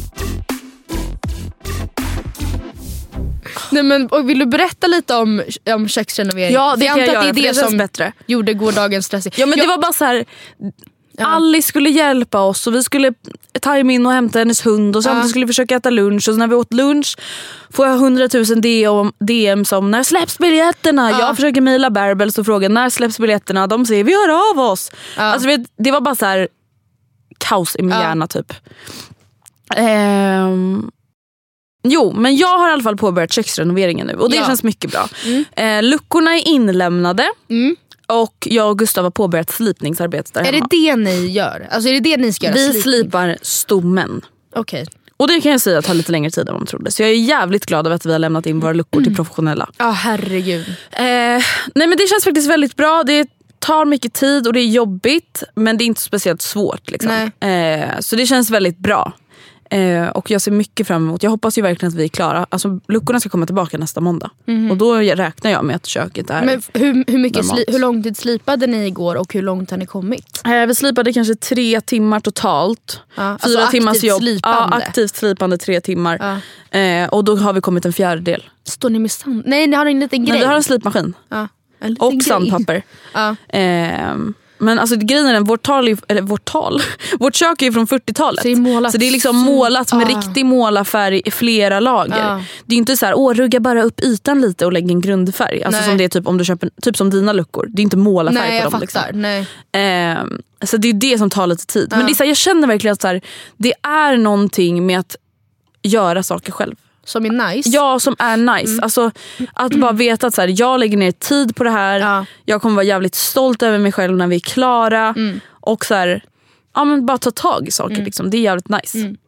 Nej, men, och vill du berätta lite om, om köksrenovering? Ja, det För kan jag antar göra, att för det är det det känns som bättre. gjorde gårdagens stressig. Ja, men jag, det var bara så här. Alice skulle hjälpa oss och vi skulle ta hem in och hämta hennes hund och samtidigt Ja. skulle vi försöka äta lunch och så när vi åt lunch får jag hundratusen D M som när släpps biljetterna? Ja. Jag försöker mejla Bärbels och fråga när släpps biljetterna? De säger vi hör av oss. Ja. Alltså, vet, det var bara så här kaos i min Ja. hjärna typ. Ehm, jo, men jag har i alla fall påbörjat köksrenoveringen nu och det Ja. känns mycket bra. Mm. Eh, luckorna är inlämnade. Mm. Och jag och Gustav har påbörjat slipningsarbetet där Är hemma. det det ni gör? Alltså är det det ni ska göra? Vi Slipning? slipar stommen. Okej. Och det kan jag säga tar lite längre tid än vad man trodde. Så jag är jävligt glad över att vi har lämnat in våra luckor till professionella. Ja, herregud. Eh, nej men det känns faktiskt väldigt bra. Det tar mycket tid och det är jobbigt. Men det är inte speciellt svårt. Liksom. Eh, så det känns väldigt bra. Eh, och jag ser mycket fram emot. Jag hoppas ju verkligen att vi är klara. Alltså luckorna ska komma tillbaka nästa måndag. Mhm. Och då räknar jag med att köket är... Men hur, hur, mycket normalt. sli, hur lång tid slipade ni igår och hur långt har ni kommit? Eh, vi slipade kanske tre timmar totalt. Ja, alltså Fyra timmars aktivt jobb. slipande. Ja, aktivt slipande tre timmar. Ja. Eh, och då har vi kommit en fjärdedel. Står ni med sand? Nej, ni har en liten grej. Men vi har en slipmaskin. Ja, en liten Och grej. sandpapper. Ja. Eh, men alltså grejen är den, vårt tal, är- eller vårt tal, vårt kök är ju från fyrtiotalet. Så det är målat så det är liksom så- målat med Ah. riktig målarfärg i flera lager. Ah. Det är ju inte så här, åh rugga bara upp ytan lite och lägg en grundfärg. Alltså Nej. som det är typ om du köper, typ som dina luckor. Det är inte målarfärg Nej, på jag dem. fattar. Liksom. Nej. Eh, så det är det som tar lite tid. Men Ja. det är så här, jag känner verkligen att så här, det är någonting med att göra saker själv. Som är nice. Ja, som är nice. Mm. Alltså, att bara veta att så här, jag lägger ner tid på det här. Ja. Jag kommer vara jävligt stolt över mig själv när vi är klara. Mm. Och så här, ja, men bara ta tag i saker. Mm. Liksom. Det är jävligt nice. Mm.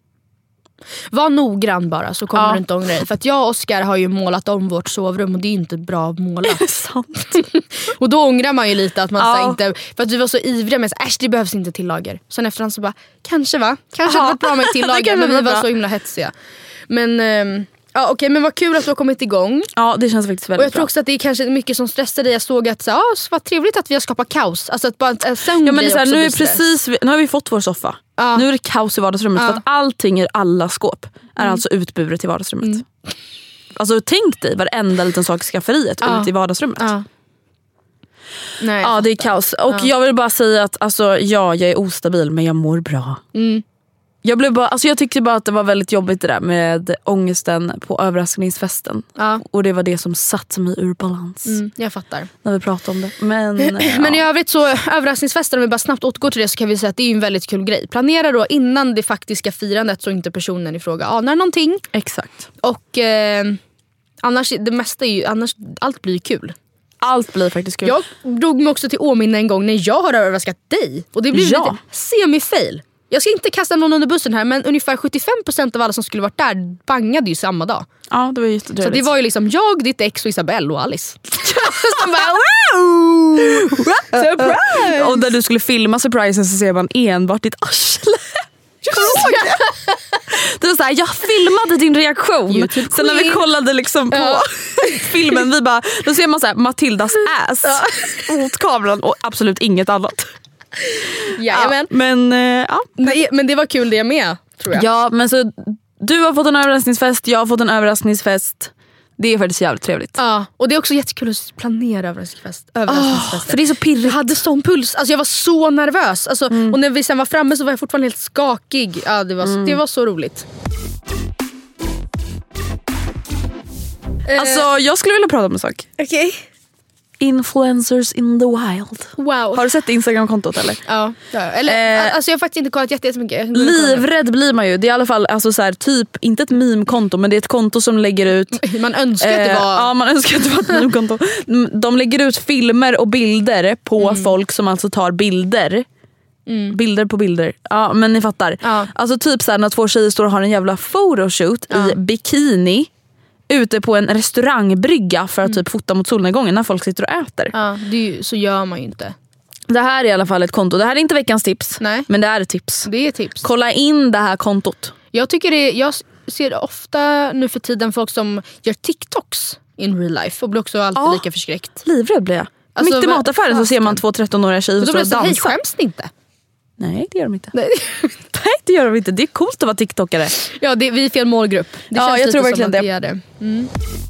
Var noggrann bara så kommer Ja. du inte ångra dig. För att jag och Oskar har ju målat om vårt sovrum och det är inte bra målat. Sant. Och då ångrar man ju lite att man Ja. så här inte... För att vi var så ivriga med att äsch det behövs inte till lager. Sen efterhand så bara, kanske va? Kanske Ja. hade varit bra med till Det lager. kan Men vi vara var bra. så himla hetsiga. Men ehm, ja, okej, men vad kul att du har kommit igång. Ja, det känns faktiskt Och väldigt jag tror bra. också att det är kanske mycket som stressar dig. Jag såg att så, ah, vad trevligt att vi har skapat kaos. Alltså att bara en sån Ja, men det grej är så här, också nu, blir är stress. precis, nu har vi fått vår soffa. Ja. Nu är det kaos i vardagsrummet. Ja. För att allting i alla skåp är alltså utburet i vardagsrummet. Mm. Alltså tänk dig varenda liten sak i skafferiet Ja. ut i vardagsrummet. Ja. Nej, Ja, jag det är fattar. kaos. Och Ja. jag vill bara säga att alltså, ja, jag är ostabil men jag mår bra. Mm. Jag, blev bara, alltså jag tyckte bara att det var väldigt jobbigt det där med ångesten på överraskningsfesten. Ja. Och det var det som satte mig ur balans Mm, jag fattar. när vi pratade om det. Men, ja. Men i övrigt så överraskningsfesten, om vi bara snabbt återgår till det, så kan vi säga att det är ju en väldigt kul grej. Planera då innan det faktiska firandet så inte personen i fråga anar någonting. Exakt. Och eh, annars, det mesta är ju, annars, allt blir ju kul. Allt blir faktiskt kul. Jag drog mig också till åminne en gång när jag har överraskat dig. Och det blev Ja. lite semi-fail. Jag ska inte kasta någon under bussen här, men ungefär sjuttiofem procent av alla som skulle varit där bangade ju samma dag. Ja, det var jättetrevligt. Så det var ju liksom jag, ditt ex och Isabelle och Alice. Som bara wow! Surprise! Och när du skulle filma surprisen så ser man enbart ditt arsle. Det var så här, jag filmade din reaktion. YouTube Sen när vi queen. kollade liksom på Ja. filmen, vi bara, då ser man så här, Matildas ass mot kameran och absolut inget annat. Jajamän. Ja, men, eh, ja. Nej, men det var kul det med, tror jag. ja, men så du har fått en överraskningsfest, jag har fått en överraskningsfest. Det är faktiskt jävligt trevligt. Ja, och det är också jättekul att planera överraskningsfest, överraskningsfester. För det är så pirrigt. Jag hade sån puls, alltså jag var så nervös. Alltså, Mm. Och när vi sen var framme så var jag fortfarande helt skakig. Ja, det, var, Mm. det var så roligt. Alltså jag skulle vilja prata om en sak. Okej. Okay. Influencers in the wild. Wow. Har du sett Instagram-kontot eller? Ja, ja. Eller, eh, alltså jag har faktiskt inte kollat jättemycket. Livrädd blir man ju. Det är i alla fall alltså så här, typ, inte ett meme-konto, men det är ett konto som lägger ut... Man önskar eh, att det var... Ja, man önskar att det var ett meme-konto. De lägger ut filmer och bilder på mm. folk som alltså tar bilder. Mm. Bilder på bilder. Ja, men ni fattar. Ja. Alltså typ så här, när två tjejer står och har en jävla photoshoot ja. i bikini ute på en restaurangbrygga för att mm. typ fota mot solnedgången när folk sitter och äter. Ja, det är ju, så gör man ju inte. Det här är i alla fall ett konto. Det här är inte veckans tips. Nej. Men det är ett tips. Det är tips. Kolla in det här kontot. Jag tycker det, jag ser ofta nu för tiden folk som gör TikToks in real life och blir också alltid ja. lika förskräckt. Livrädd blir jag. Alltså, mitt i mataffären så ser man två tretton-åriga tjejer som dansar. Hej, skäms ni inte? Nej, det gör de inte. Nej. Nej, det gör de inte. Det är coolt att vara TikTokare. Ja, det, vi är fel målgrupp. Det ja, känns jag lite tror verkligen som att det. Är det. Mm.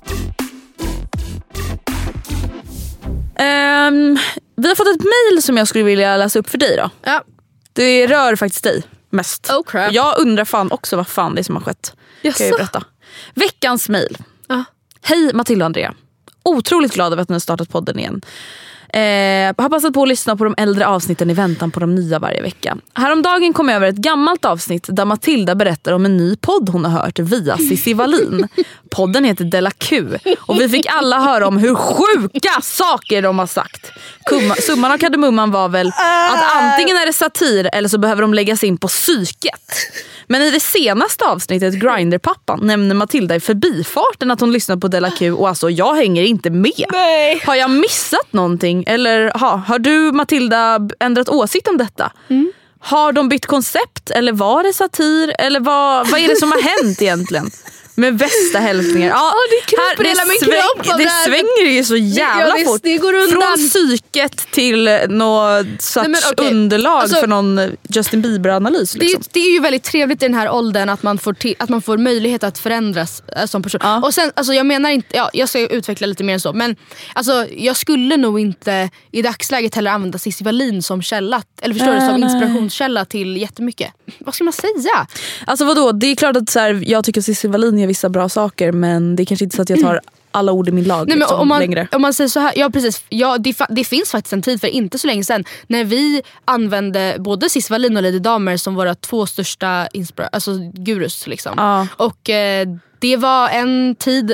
Um, vi har fått ett mejl som jag skulle vilja läsa upp för dig då. Ja. Det rör faktiskt dig mest. Oh, crap. Jag undrar fan också vad fan det är som har skett. Yes. Kan jag berätta. Veckans mejl. Ah. Hej Matilda och Andrea. Otroligt glad över att ni har startat podden igen. Eh, har passat på att lyssna på de äldre avsnitten i väntan på de nya varje vecka. Häromdagen kom jag över ett gammalt avsnitt där Matilda berättar om en ny podd hon har hört via Cissi Wallin. Podden heter Della Q och vi fick alla höra om hur sjuka saker de har sagt. Kumma, summan av kardemumman var väl att antingen är det satir eller så behöver de läggas in på psyket. Men i det senaste avsnittet, Grindr-pappan, nämner Matilda i förbifarten att hon lyssnar på Della Q och alltså jag hänger inte med. Nej. Har jag missat någonting? Eller ha, har du Matilda ändrat åsikt om detta? Mm. Har de bytt koncept? Eller var det satir? Eller vad, vad är det som har hänt egentligen? Med bästa hälsningar. Ja, oh, det, här, det, hela min sväng, kropp det svänger ju så jävla ja, det, fort. Det går undan. Från psyket till något sorts Nej, men, okay. underlag alltså, för någon Justin Bieber-analys. Liksom. Det, det är ju väldigt trevligt i den här åldern att man får, till, att man får möjlighet att förändras som person. Ja. Och sen, alltså, jag menar inte, ja, jag ska utveckla lite mer än så. Men alltså, jag skulle nog inte i dagsläget heller använda Cissi Wallin som källa. Eller förstår äh, du, som inspirationskälla till jättemycket. Vad ska man säga? Alltså vadå, det är klart att så här, jag tycker Cissi Wallin gör vissa bra saker, men det är kanske inte så att jag tar alla ord i min lag. Nej, liksom, men om, man, längre. om man säger så här, ja precis, ja, det, det finns faktiskt en tid för inte så länge sedan när vi använde både Cissi Wallin och Lady Damer som våra två största inspira- alltså gurus liksom. Ja. Och eh, det var en tid,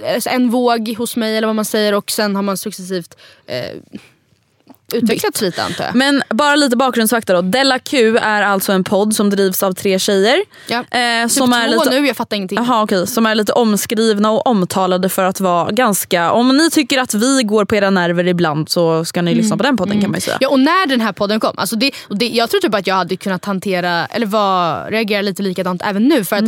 en våg hos mig eller vad man säger, och sen har man successivt eh, utvecklats lite, antar jag. Men bara lite bakgrundsfakta då. Della Q är alltså en podd som drivs av tre tjejer. Ja. Eh, som typ är två lite, nu, jag fattar ingenting. Aha, okay, som är lite omskrivna och omtalade för att vara ganska... Om ni tycker att vi går på era nerver ibland så ska ni mm. lyssna på den podden mm. kan man ju säga. Ja, och när den här podden kom, alltså det, och det, jag tror typ att jag hade kunnat hantera eller var, reagera lite likadant även nu. För att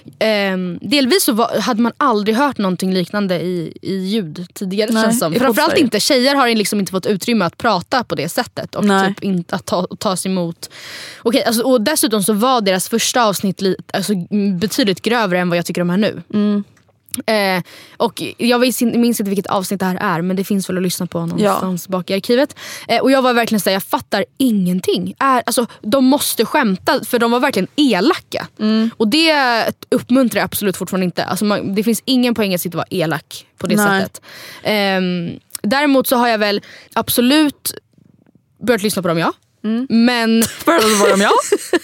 mm. eh, delvis så var, hade man aldrig hört någonting liknande i, i ljud tidigare. Nej, känns som. Framförallt inte, tjejer har liksom inte fått utrymme att prata på det sättet. Och typ inte att ta, ta sig emot. Okej, alltså, och dessutom så var deras första avsnitt li, alltså, betydligt grövre än vad jag tycker de här nu. Mm. Eh, och jag minns inte vilket avsnitt det här är, men det finns väl att lyssna på någonstans ja. bak i arkivet. Eh, och jag var verkligen såhär, jag fattar ingenting. Är, alltså, de måste skämta, för de var verkligen elaka. Mm. Och det uppmuntrar jag absolut fortfarande inte. Alltså, man, det finns ingen poäng att sitta och vara elak på det Nej. sättet. Eh, däremot så har jag väl absolut börjat lyssna på dem, ja. Mm. Men började på dem, ja.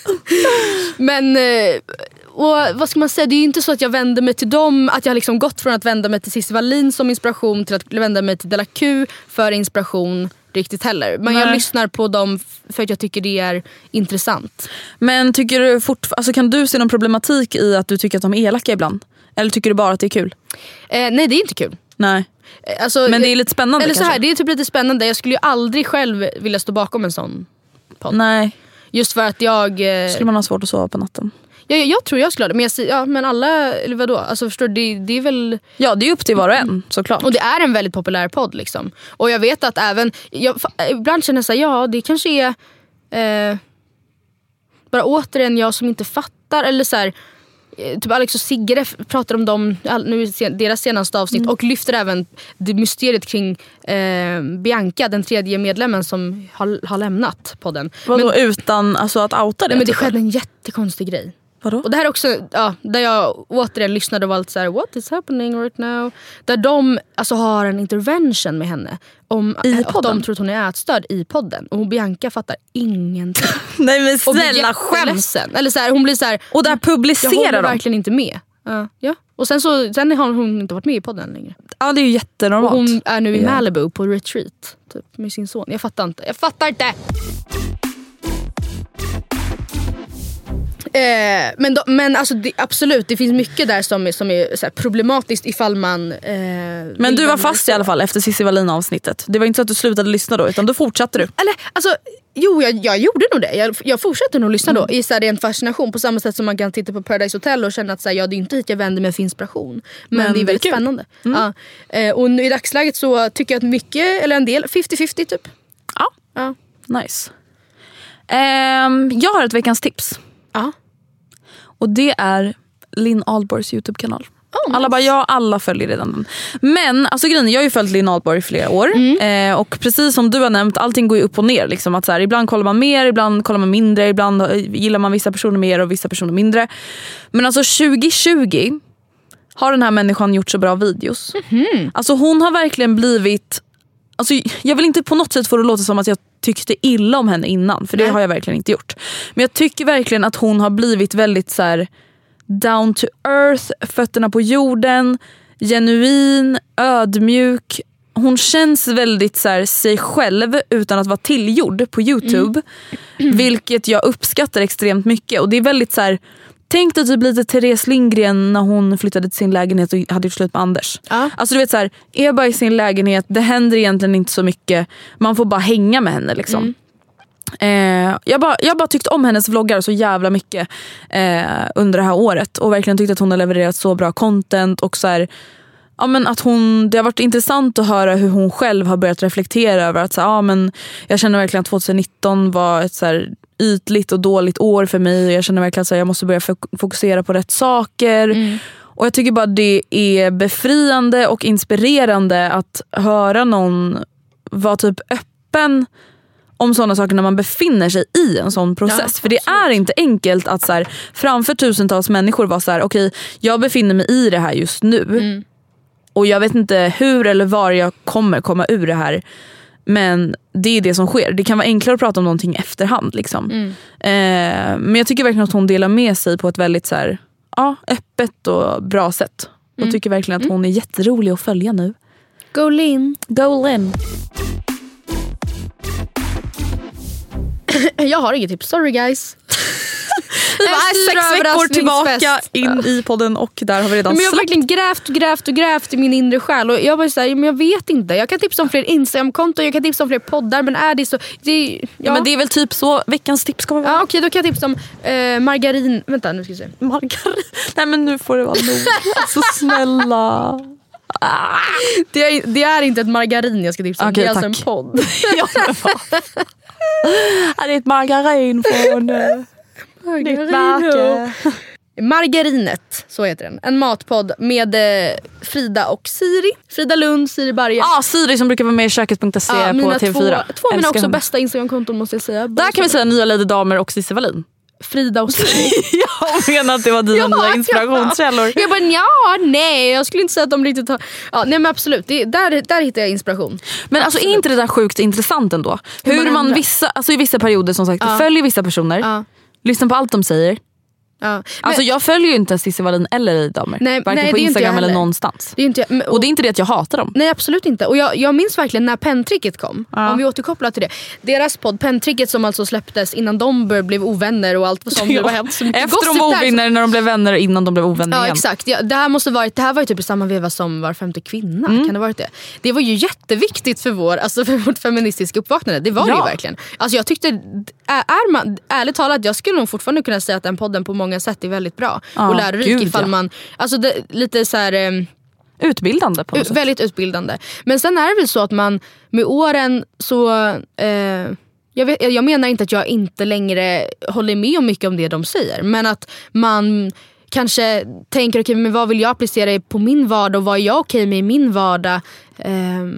Men och vad ska man säga, det är ju inte så att jag vänder mig till dem, att jag har liksom gått från att vända mig till Cissi Wallin som inspiration till att vända mig till Della Q för inspiration riktigt heller. Men Nej. jag lyssnar på dem för att jag tycker det är intressant. Men tycker du fort, alltså kan du se någon problematik i att du tycker att de är elaka ibland? Eller tycker du bara att det är kul? Eh, nej, det är inte kul. Nej. Alltså, men det är lite spännande eller så kanske. här, det är typ lite spännande. Jag skulle ju aldrig själv vilja stå bakom en sån podd. Nej. Just för att jag... Eh... Skulle man ha svårt att sova på natten? Ja, jag, jag tror jag skulle ha det. Men, jag, ja, men alla, eller vadå? Alltså förstår du, det, det är väl... Ja, det är upp till var och en, såklart. Och det är en väldigt populär podd liksom. Och jag vet att även... Jag, ibland känner jag så här, ja, det kanske är... Eh, bara återigen jag som inte fattar. Eller så här... Typ Alex och Sigge pratar om dem nu i deras senaste avsnitt mm. och lyfter även det mysteriet kring eh, Bianca, den tredje medlemmen som har, har lämnat podden. Vadå, men, utan alltså, att outa det? Nej, men det skedde en jättekonstig grej. Vadå? Och det här är också, ja, där jag återigen lyssnade och var allt så här, what is happening right now? Där de alltså har en intervention med henne om I att de tror att hon är ätstörd i podden. Och Bianca fattar ingenting. Nej men Och blir snälla skämt. jätteledsen. Eller så här, hon blir så här, Och där jag publicerar håller de. verkligen inte med. Ja, ja. Och sen, så, sen har hon inte varit med i podden längre. Ja, det är ju jättenormalt. Och hon är nu i Ja. Malibu på retreat typ, med sin son. Jag fattar inte. Jag fattar inte. Eh, men då, men alltså, det, absolut, det finns mycket där som är, som är så här problematiskt ifall man... Eh, Men du var fast i alla fall efter Cissi Wallin avsnittet. Det var inte så att du slutade lyssna då, utan då fortsatte du. Eller, alltså, jo, jag, jag gjorde nog det. Jag, jag fortsatte nog lyssna då. I så här, ren fascination. På samma sätt som man kan titta på Paradise Hotel och känna att så här, ja, det är inte hit jag vänder mig för inspiration. Men, Men det är väldigt det är kul. spännande. Ja. Eh, och nu, i dagsläget så tycker jag att mycket, eller en del, femtio femtio typ. Ja, Ja. nice. Ehm, jag har ett veckans tips. Ja. Och det är Linn Ahlborgs YouTube-kanal. Oh, nice. Alla bara, ja, alla följer redan den. Men alltså grejen, jag har ju följt Linn Ahlborg i flera år. Mm. Eh, och precis som du har nämnt, allting går ju upp och ner. Liksom, att så här, ibland kollar man mer, ibland kollar man mindre. Ibland gillar man vissa personer mer och vissa personer mindre. Men alltså tjugo tjugo har den här människan gjort så bra videos. Mm. Alltså hon har verkligen blivit... Alltså, jag vill inte på något sätt få det låta som att jag tyckte illa om henne innan. För det Nej. har jag verkligen inte gjort. Men jag tycker verkligen att hon har blivit väldigt så här, down to earth, fötterna på jorden, genuin, ödmjuk. Hon känns väldigt så här, sig själv utan att vara tillgjord på YouTube. Mm. Vilket jag uppskattar extremt mycket. Och det är väldigt så här... Tänk dig typ lite Therese Lindgren när hon flyttade till sin lägenhet och hade gjort slut med Anders. Ja. Alltså du vet så här, är bara i sin lägenhet, det händer egentligen inte så mycket. Man får bara hänga med henne liksom. Mm. Eh, jag bara jag bara tyckt om hennes vloggar så jävla mycket eh, under det här året och verkligen tyckt att hon har levererat så bra content och så här, ja, men att hon, det har varit intressant att höra hur hon själv har börjat reflektera över att så här, ja, men jag känner verkligen att tjugonitton var ett så här ytligt och dåligt år för mig och jag känner verkligen att jag måste börja fokusera på rätt saker. Mm. Och jag tycker bara det är befriande och inspirerande att höra någon vara typ öppen om sådana saker när man befinner sig i en sån process. Ja, för det är inte enkelt att så här, framför tusentals människor vara så här: okej, okay, jag befinner mig i det här just nu. Mm. Och jag vet inte hur eller var jag kommer komma ur det här. Men det är det som sker. Det kan vara enklare att prata om någonting i efterhand liksom. Mm. Eh, men jag tycker verkligen att hon delar med sig på ett väldigt så här, ja, öppet och bra sätt. Mm. Och tycker verkligen att hon är jätterolig att följa nu. Go Linn. Go Linn. Jag har inget tips, sorry guys. Vi var sex veckor tillbaka in i podden och där har vi redan men jag har släppt. verkligen grävt och grävt och grävt i min inre själ och jag bara säger, men jag vet inte. Jag kan tipsa om fler Instagram-konton, jag kan tipsa om fler poddar, men är det så det, ja. Ja, men det är väl typ så veckans tips kommer vara. Ja, okej, då kan jag tipsa om eh, margarin. Vänta, nu ska vi se. Margarin. Nej, men nu får det vara nog. Alltså snälla. Ah. Det, är, det är inte ett margarin jag ska tipsa om. Okay, det är tack. alltså en podd. Ja, det är ett margarin från ditt märke. Margarinet, så heter den. En matpodd med eh, Frida och Siri. Frida Lund, Siri Barje. Ja, ah, Siri som brukar vara med i köket punkt se ah, på T V fyra. Två, två av mina också henne. bästa Instagram-konton måste jag säga. Där kan vi säga nya Lady Damer och Cissi Wallin. Frida och Siri. Jag menar att det var dina ja, nya inspirationskällor. Jag bara, ja, nej. Jag skulle inte säga att de riktigt har... Ja, nej men absolut, det, där, där hittar jag inspiration. Men alltså, är inte det där sjukt intressant ändå? Hur, Hur man, man vissa, alltså i vissa perioder som sagt, ja. följer vissa personer. Ja. Lyssnar på allt de säger. Ja. Men, alltså jag följer ju inte Cissi Wallin eller Lady Damer. Nej, varken nej, på Instagram eller någonstans. Det är inte, men, och, och det är inte det att jag hatar dem. Nej, absolut inte. Och jag, jag minns verkligen när Pentricket kom. Ja. Om vi återkopplar till det. Deras podd Pentricket som alltså släpptes innan de blev ovänner och allt vad som ja. var hänt. Efter de var ovänner, när de blev vänner innan de blev ovänner ja, igen. Exakt. Ja, det här måste varit, det här var ju typ i samma veva som Var femte kvinna. Mm. Kan det varit det? Det var ju jätteviktigt för vår, alltså för vårt feministiska uppvaknande. Det var ja. det ju verkligen. Alltså jag tyckte, är man, ärligt talat, jag skulle nog fortfarande kunna säga att den podden på många sätt är väldigt bra. Ja, och lärorik gud, ifall ja. man alltså det, lite så här eh, utbildande på något sätt. Väldigt utbildande. Men sen är det väl så att man med åren så eh, jag, vet, jag menar inte att jag inte längre håller med om mycket om det de säger, men att man kanske tänker okej, okay, men vad vill jag applicera på min vardag och vad är jag okej okay med i min vardag. Eh,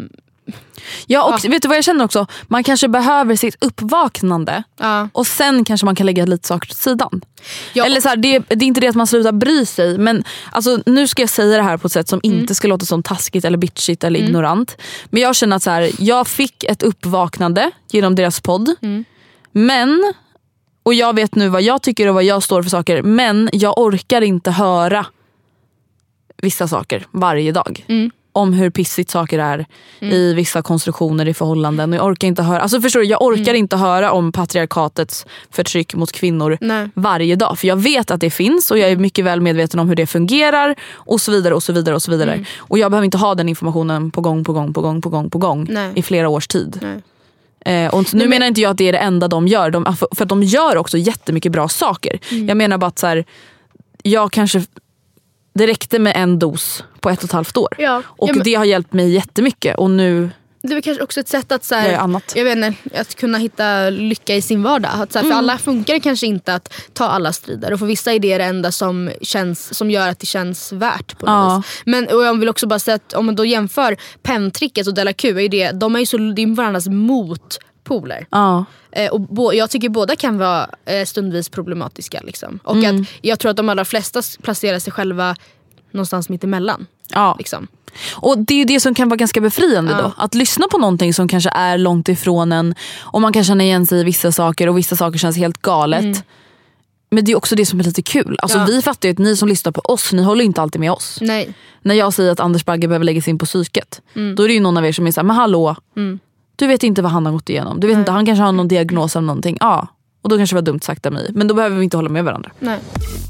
Ja, och Ja. vet du vad jag känner också? Man kanske behöver sitt uppvaknande. Ja. Och sen kanske man kan lägga lite saker åt sidan. Ja. Eller så här, det, det är inte det att man slutar bry sig. Men alltså, nu ska jag säga det här på ett sätt som Mm. inte ska låta som taskigt eller bitchigt eller mm. ignorant. Men jag känner att så här, jag fick ett uppvaknande genom deras podd. Mm. Men, och jag vet nu vad jag tycker och vad jag står för saker. Men jag orkar inte höra vissa saker varje dag. Mm. Om hur pissigt saker är mm. i vissa konstruktioner i förhållanden. Och jag orkar inte höra, alltså förstår du, jag orkar mm. inte höra om patriarkatets förtryck mot kvinnor Nej. varje varje dag. För jag vet att det finns och jag är mycket väl medveten om hur det fungerar och så vidare och så vidare och så vidare. Mm. Och jag behöver inte ha den informationen på gång på gång på gång på gång på gång Nej. i flera års tid. Nej. Eh, och nu men... menar inte jag att det är det enda de gör. De, för, för att de gör också jättemycket bra saker. Mm. Jag menar bara att så här, jag kanske... Det räckte med en dos på ett och ett halvt år. Ja. Och ja, men... det har hjälpt mig jättemycket. Och nu... Det är kanske också ett sätt att så här, jag, annat. jag vet inte, att kunna hitta lycka i sin vardag. Att, så här, för Mm. alla funkar det kanske inte att ta alla strider. Och för vissa är det det enda som, känns, som gör att det känns värt på något Ja. vis. Men och jag vill också bara säga att om man då jämför Pentricket och Della Q, är det, de är ju så, det är varandras motpoler. Ja. Eh, och bo, jag tycker båda kan vara eh, stundvis problematiska. Liksom. Och Mm. att jag tror att de allra flesta placerar sig själva någonstans mitt emellan. Ja. Liksom. Och det är ju det som kan vara ganska befriande Ja. då. Att lyssna på någonting som kanske är långt ifrån en. Och man kan känna igen sig i vissa saker. Och vissa saker känns helt galet. Mm. Men det är också det som är lite kul. Alltså Ja. vi fattar ju att ni som lyssnar på oss, ni håller inte alltid med oss. Nej. När jag säger att Anders Bagge behöver lägga sig in på psyket. Mm. Då är det ju någon av er som är såhär, men hallå. Mm. Du vet inte vad han har gått igenom. Du vet Nej. inte, han kanske har någon diagnos eller någonting. Ja, och då kanske det var dumt sagt av mig. Men då behöver vi inte hålla med varandra. Nej.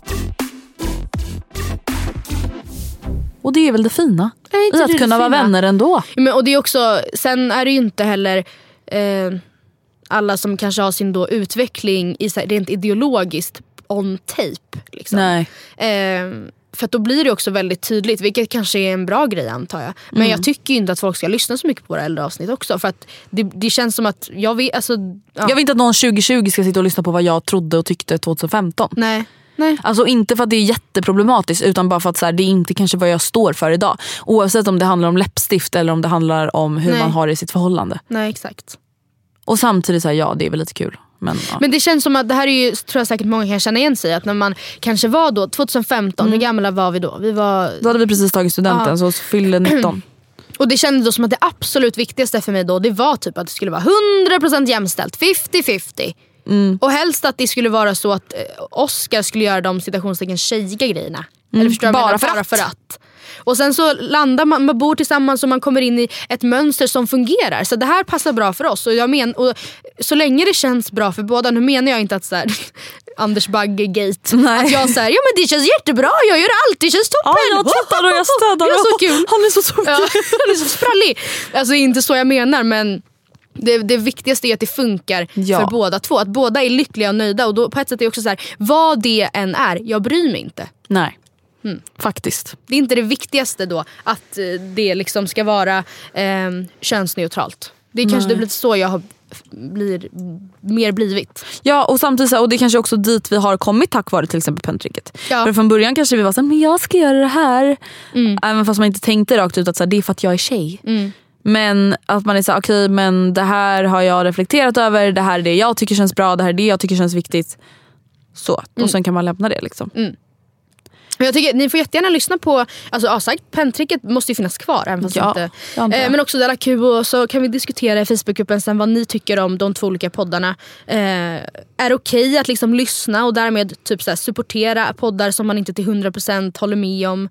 Och det är väl det fina. Nej, inte I det att det kunna vara fina. vänner ändå. Ja, men, och det är också, sen är det ju inte heller eh, alla som kanske har sin då utveckling i, så här, rent ideologiskt on tape. Liksom. Nej. Eh, för att då blir det också väldigt tydligt, vilket kanske är en bra grej antar jag. Men Mm. jag tycker ju inte att folk ska lyssna så mycket på våra äldre avsnitt också. För att det, det känns som att jag vet, alltså, ja. Jag vill inte att någon tjugo tjugo ska sitta och lyssna på vad jag trodde och tyckte tjugohundrafemton. Nej. Nej. Alltså inte för att det är jätteproblematiskt, utan bara för att så här, det är inte kanske vad jag står för idag. Oavsett om det handlar om läppstift eller om det handlar om hur Nej. man har det i sitt förhållande. Nej, exakt. Och samtidigt så här, ja, det är väl lite kul. Men, ja. Men det känns som att det här är ju, tror jag säkert många kan känna igen sig, att när man kanske var då tjugohundrafemton, Mm. hur gamla var vi då? Vi var... Då hade vi precis tagit studenten, Ja. så fyllde nitton. Och det kändes då som att det absolut viktigaste för mig då, det var typ att det skulle vara hundra procent jämställt, femtio femtio. Mm. Och helst att det skulle vara så att eh, Oscar skulle göra de citationstecken tjejiga grejerna. Eller förstår du vad jag Bara menar? för Bara att. för att. Och sen så landar man, man bor tillsammans och man kommer in i ett mönster som fungerar. Så det här passar bra för oss. Och jag men, och så länge det känns bra för båda, nu menar jag inte att så här, Anders Bagge-gate. Nej. Att jag säger, ja men det känns jättebra, jag gör allt, det känns toppen. Ja, jag tittar och jag stödar. Det är så kul. Han är så tokig. Ja, han är så sprallig. Alltså inte så jag menar, men det, det viktigaste är att det funkar Ja. för båda två. Att båda är lyckliga och nöjda. Och då på ett sätt är det också så här, vad det än är, jag bryr mig inte. Nej, Mm. faktiskt. Det är inte det viktigaste då, att eh, det liksom ska vara eh, könsneutralt. Det är kanske Nej. det blir så jag har blir mer blivit. Ja, och samtidigt så här, och det kanske också dit vi har kommit tack vare till exempel pentricket. Ja. För från början kanske vi var så här, men jag ska göra det här. Mm. Även fast man inte tänkte rakt ut att så här, det är för att jag är tjej. Mm. Men att man är så här, okej, okay, men det här har jag reflekterat över. Det här är det jag tycker känns bra. Det här är det jag tycker känns viktigt. Så, Mm. och sen kan man lämna det liksom. Mm. Men jag tycker, ni får jättegärna lyssna på, alltså ja, sagt, pentricket måste ju finnas kvar även fast Ja, inte, jag antar eh, det. men också Della Q, och så kan vi diskutera i Facebookgruppen sen vad ni tycker om de två olika poddarna. Eh, är okej att liksom lyssna och därmed typ så här, supportera poddar som man inte till hundra procent håller med om.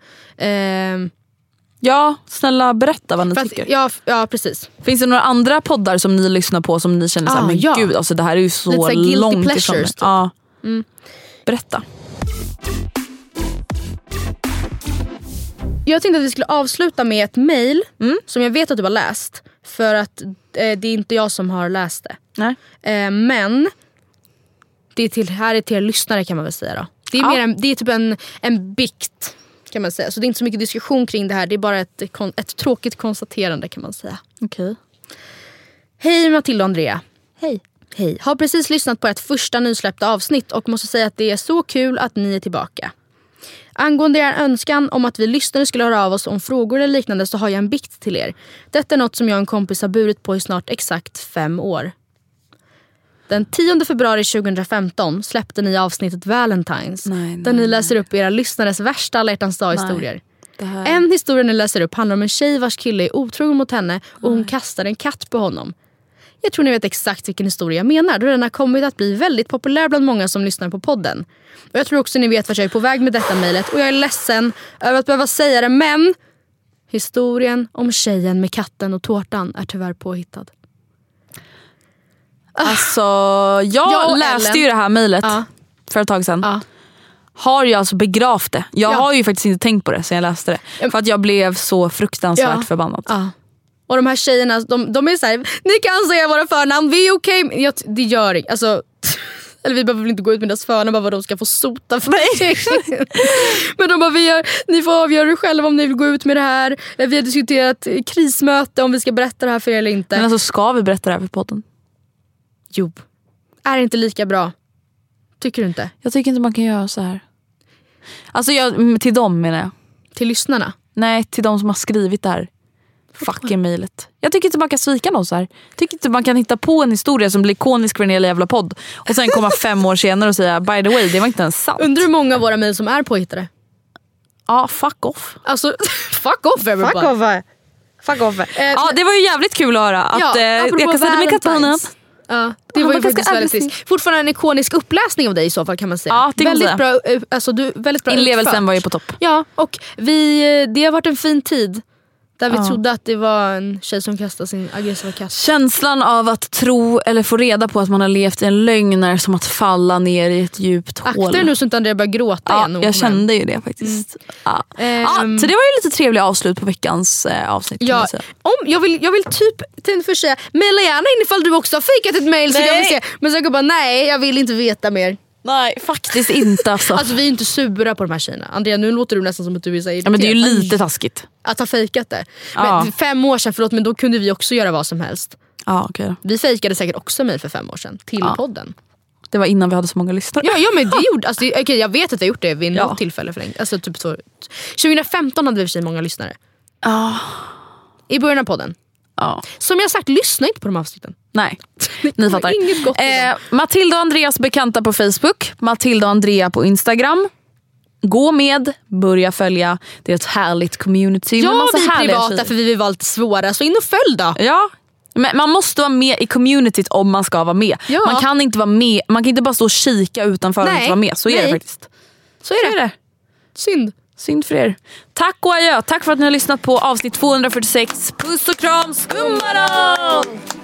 Eh, Ja, snälla berätta vad ni för att, tycker. ja, ja, precis. Finns det några andra poddar som ni lyssnar på som ni känner så här, Ah, men ja. gud, alltså det här är ju så, Lite så här guilty långt ifrån pleasures, mig. typ. Ja. Mm. Berätta. Jag tänkte att vi skulle avsluta med ett mejl Mm. som jag vet att du har läst. För att eh, det är inte jag som har läst det. Nej. Eh, men det är till, här är till er lyssnare kan man väl säga då. Det är, Ja. mer en, det är typ en, en bikt kan man säga. Så det är inte så mycket diskussion kring det här. Det är bara ett, ett tråkigt konstaterande kan man säga. Okej. Hej Matilda och Andrea. Hej. Hej. Har precis lyssnat på ett första nysläppta avsnitt och måste säga att det är så kul att ni är tillbaka. Angående er önskan om att vi lyssnare skulle höra av oss om frågor eller liknande så har jag en bikt till er. Detta är något som jag och en kompis har burit på i snart exakt fem år. Den tionde februari tjugohundrafemton släppte ni avsnittet Valentines. Nej, nej, där ni läser upp era lyssnares värsta alla hjärtans dag-historier. Här... En historia ni läser upp handlar om en tjej vars kille är otrogen mot henne och hon kastar en katt på honom. Jag tror ni vet exakt vilken historia jag menar, då den har kommit att bli väldigt populär bland många som lyssnar på podden. Och jag tror också ni vet vart jag är på väg med detta mejlet och jag är ledsen över att behöva säga det, men historien om tjejen med katten och tårtan är tyvärr påhittad. Alltså, jag, jag läste Ellen. ju det här mejlet ja. för ett tag sedan. Ja. Har jag alltså begravt det. Jag ja. har ju faktiskt inte tänkt på det sen jag läste det. För att jag blev så fruktansvärt ja. förbannad. Ja. Och de här tjejerna, de, de är så här: ni kan säga våra förnamn, vi är okej. Okay. Jag, det gör inget. Alltså, eller vi behöver väl inte gå ut med deras förnamn, bara vad de ska få sota för mig. Men de bara, vi gör, ni får avgöra själva om ni vill gå ut med det här. Vi har diskuterat krismöte om vi ska berätta det här för er eller inte. Men alltså, ska vi berätta det här för podden? Jo. Är det inte lika bra? Tycker du inte? Jag tycker inte man kan göra så här. Alltså jag, till dem menar jag. Till lyssnarna? Nej, till de som har skrivit det här fucking mejlet. Jag tycker inte man kan svika någon så här. Jag tycker inte man kan hitta på en historia som blir ikonisk för en hela jävla podd och sen komma fem år senare och säga by the way, det var inte ens sant. Undrar hur många av våra mejl som är påhittade? Ja, fuck off. Alltså, fuck off everybody. Fuck off. Fuck off. Eh, ja, det var ju jävligt kul att höra att ja, eh, jag kastade med katten. Ja, det var ju faktiskt väldigt trist. Fortfarande en ikonisk uppläsning av dig i så fall kan man säga. Ja, det väldigt bra, alltså du väldigt bra. Inlevelsen utfört. var ju på topp. Ja, och vi det har varit en fin tid där vi ja. trodde att det var en tjej som kastade sin aggressiva katt. Känslan av att tro eller få reda på att man har levt i en lögn är som att falla ner i ett djupt hål. Akta dig nu så inte Andrea börjar gråta ja, igen. Jag kände ju det faktiskt. Mm. Ja. Um, ja, så det var ju lite trevligt avslut på veckans eh, avsnitt. Ja, om, jag, vill, jag vill typ till för säga, mejla gärna in ifall du också har fikat ett mejl så jag vill se. Men så jag bara, nej jag vill inte veta mer. Nej, faktiskt inte alltså. Alltså vi är inte sura på de här tjejerna. Andrea, nu låter du nästan som att du vill säga ja, men det är ju lite taskigt att ha fejkat det. Ja. Men fem år sedan, förlåt, men då kunde vi också göra vad som helst. Ja, okay. Vi fejkade säkert också mig för fem år sedan till ja. podden. Det var innan vi hade så många lyssnare. Ja, ja men det gjorde alltså, okay, jag vet att jag gjort det vid något ja. tillfälle för länge. Alltså typ så tjugofemton hade vi för sig många lyssnare. Ja. I början av podden. Ja. Som jag sagt, lyssna inte på de avsnitten. Nej, ni fattar. Inget gott eh, Matilda och Andreas bekanta på Facebook, Matilda och Andrea på Instagram. Gå med, börja följa. Det är ett härligt community. Ja, massa vi är privata tjejer. för vi vill vara lite svåra. Så in och följ då. Ja, men man måste vara med i communityt om man ska vara med. Ja. Man kan inte vara med. Man kan inte bara stå och kika utanför och inte vara med. Så är Nej. det faktiskt. Så är det. Så är det. Synd. Synd för er. Tack och adjö. Tack för att ni har lyssnat på avsnitt tvåhundrafyrtiosex. Puss och kram, skummaron!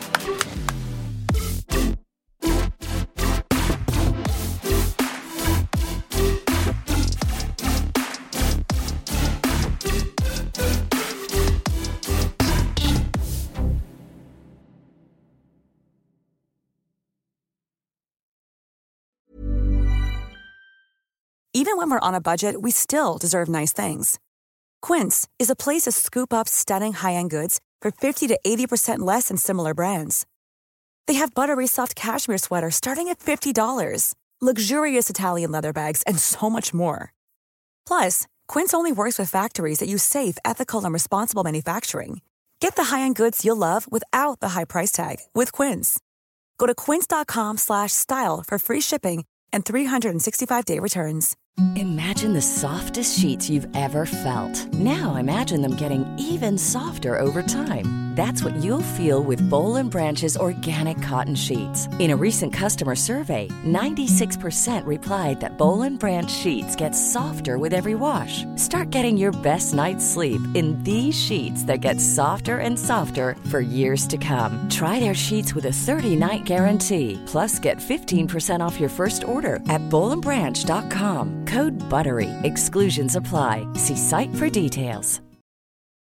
Even when we're on a budget, we still deserve nice things. Quince is a place to scoop up stunning high-end goods for fifty to eighty percent less than similar brands. They have buttery soft cashmere sweaters starting at fifty dollars, luxurious Italian leather bags, and so much more. Plus, Quince only works with factories that use safe, ethical, and responsible manufacturing. Get the high-end goods you'll love without the high price tag with Quince. Go to quince.com slash style for free shipping and three sixty-five day returns. Imagine the softest sheets you've ever felt. Now imagine them getting even softer over time. That's what you'll feel with Boll and Branch's organic cotton sheets. In a recent customer survey, ninety-six percent replied that Boll and Branch sheets get softer with every wash. Start getting your best night's sleep in these sheets that get softer and softer for years to come. Try their sheets with a thirty night guarantee. Plus get fifteen percent off your first order at boll and branch dot com. Code BUTTERY. Exclusions apply. See site for details.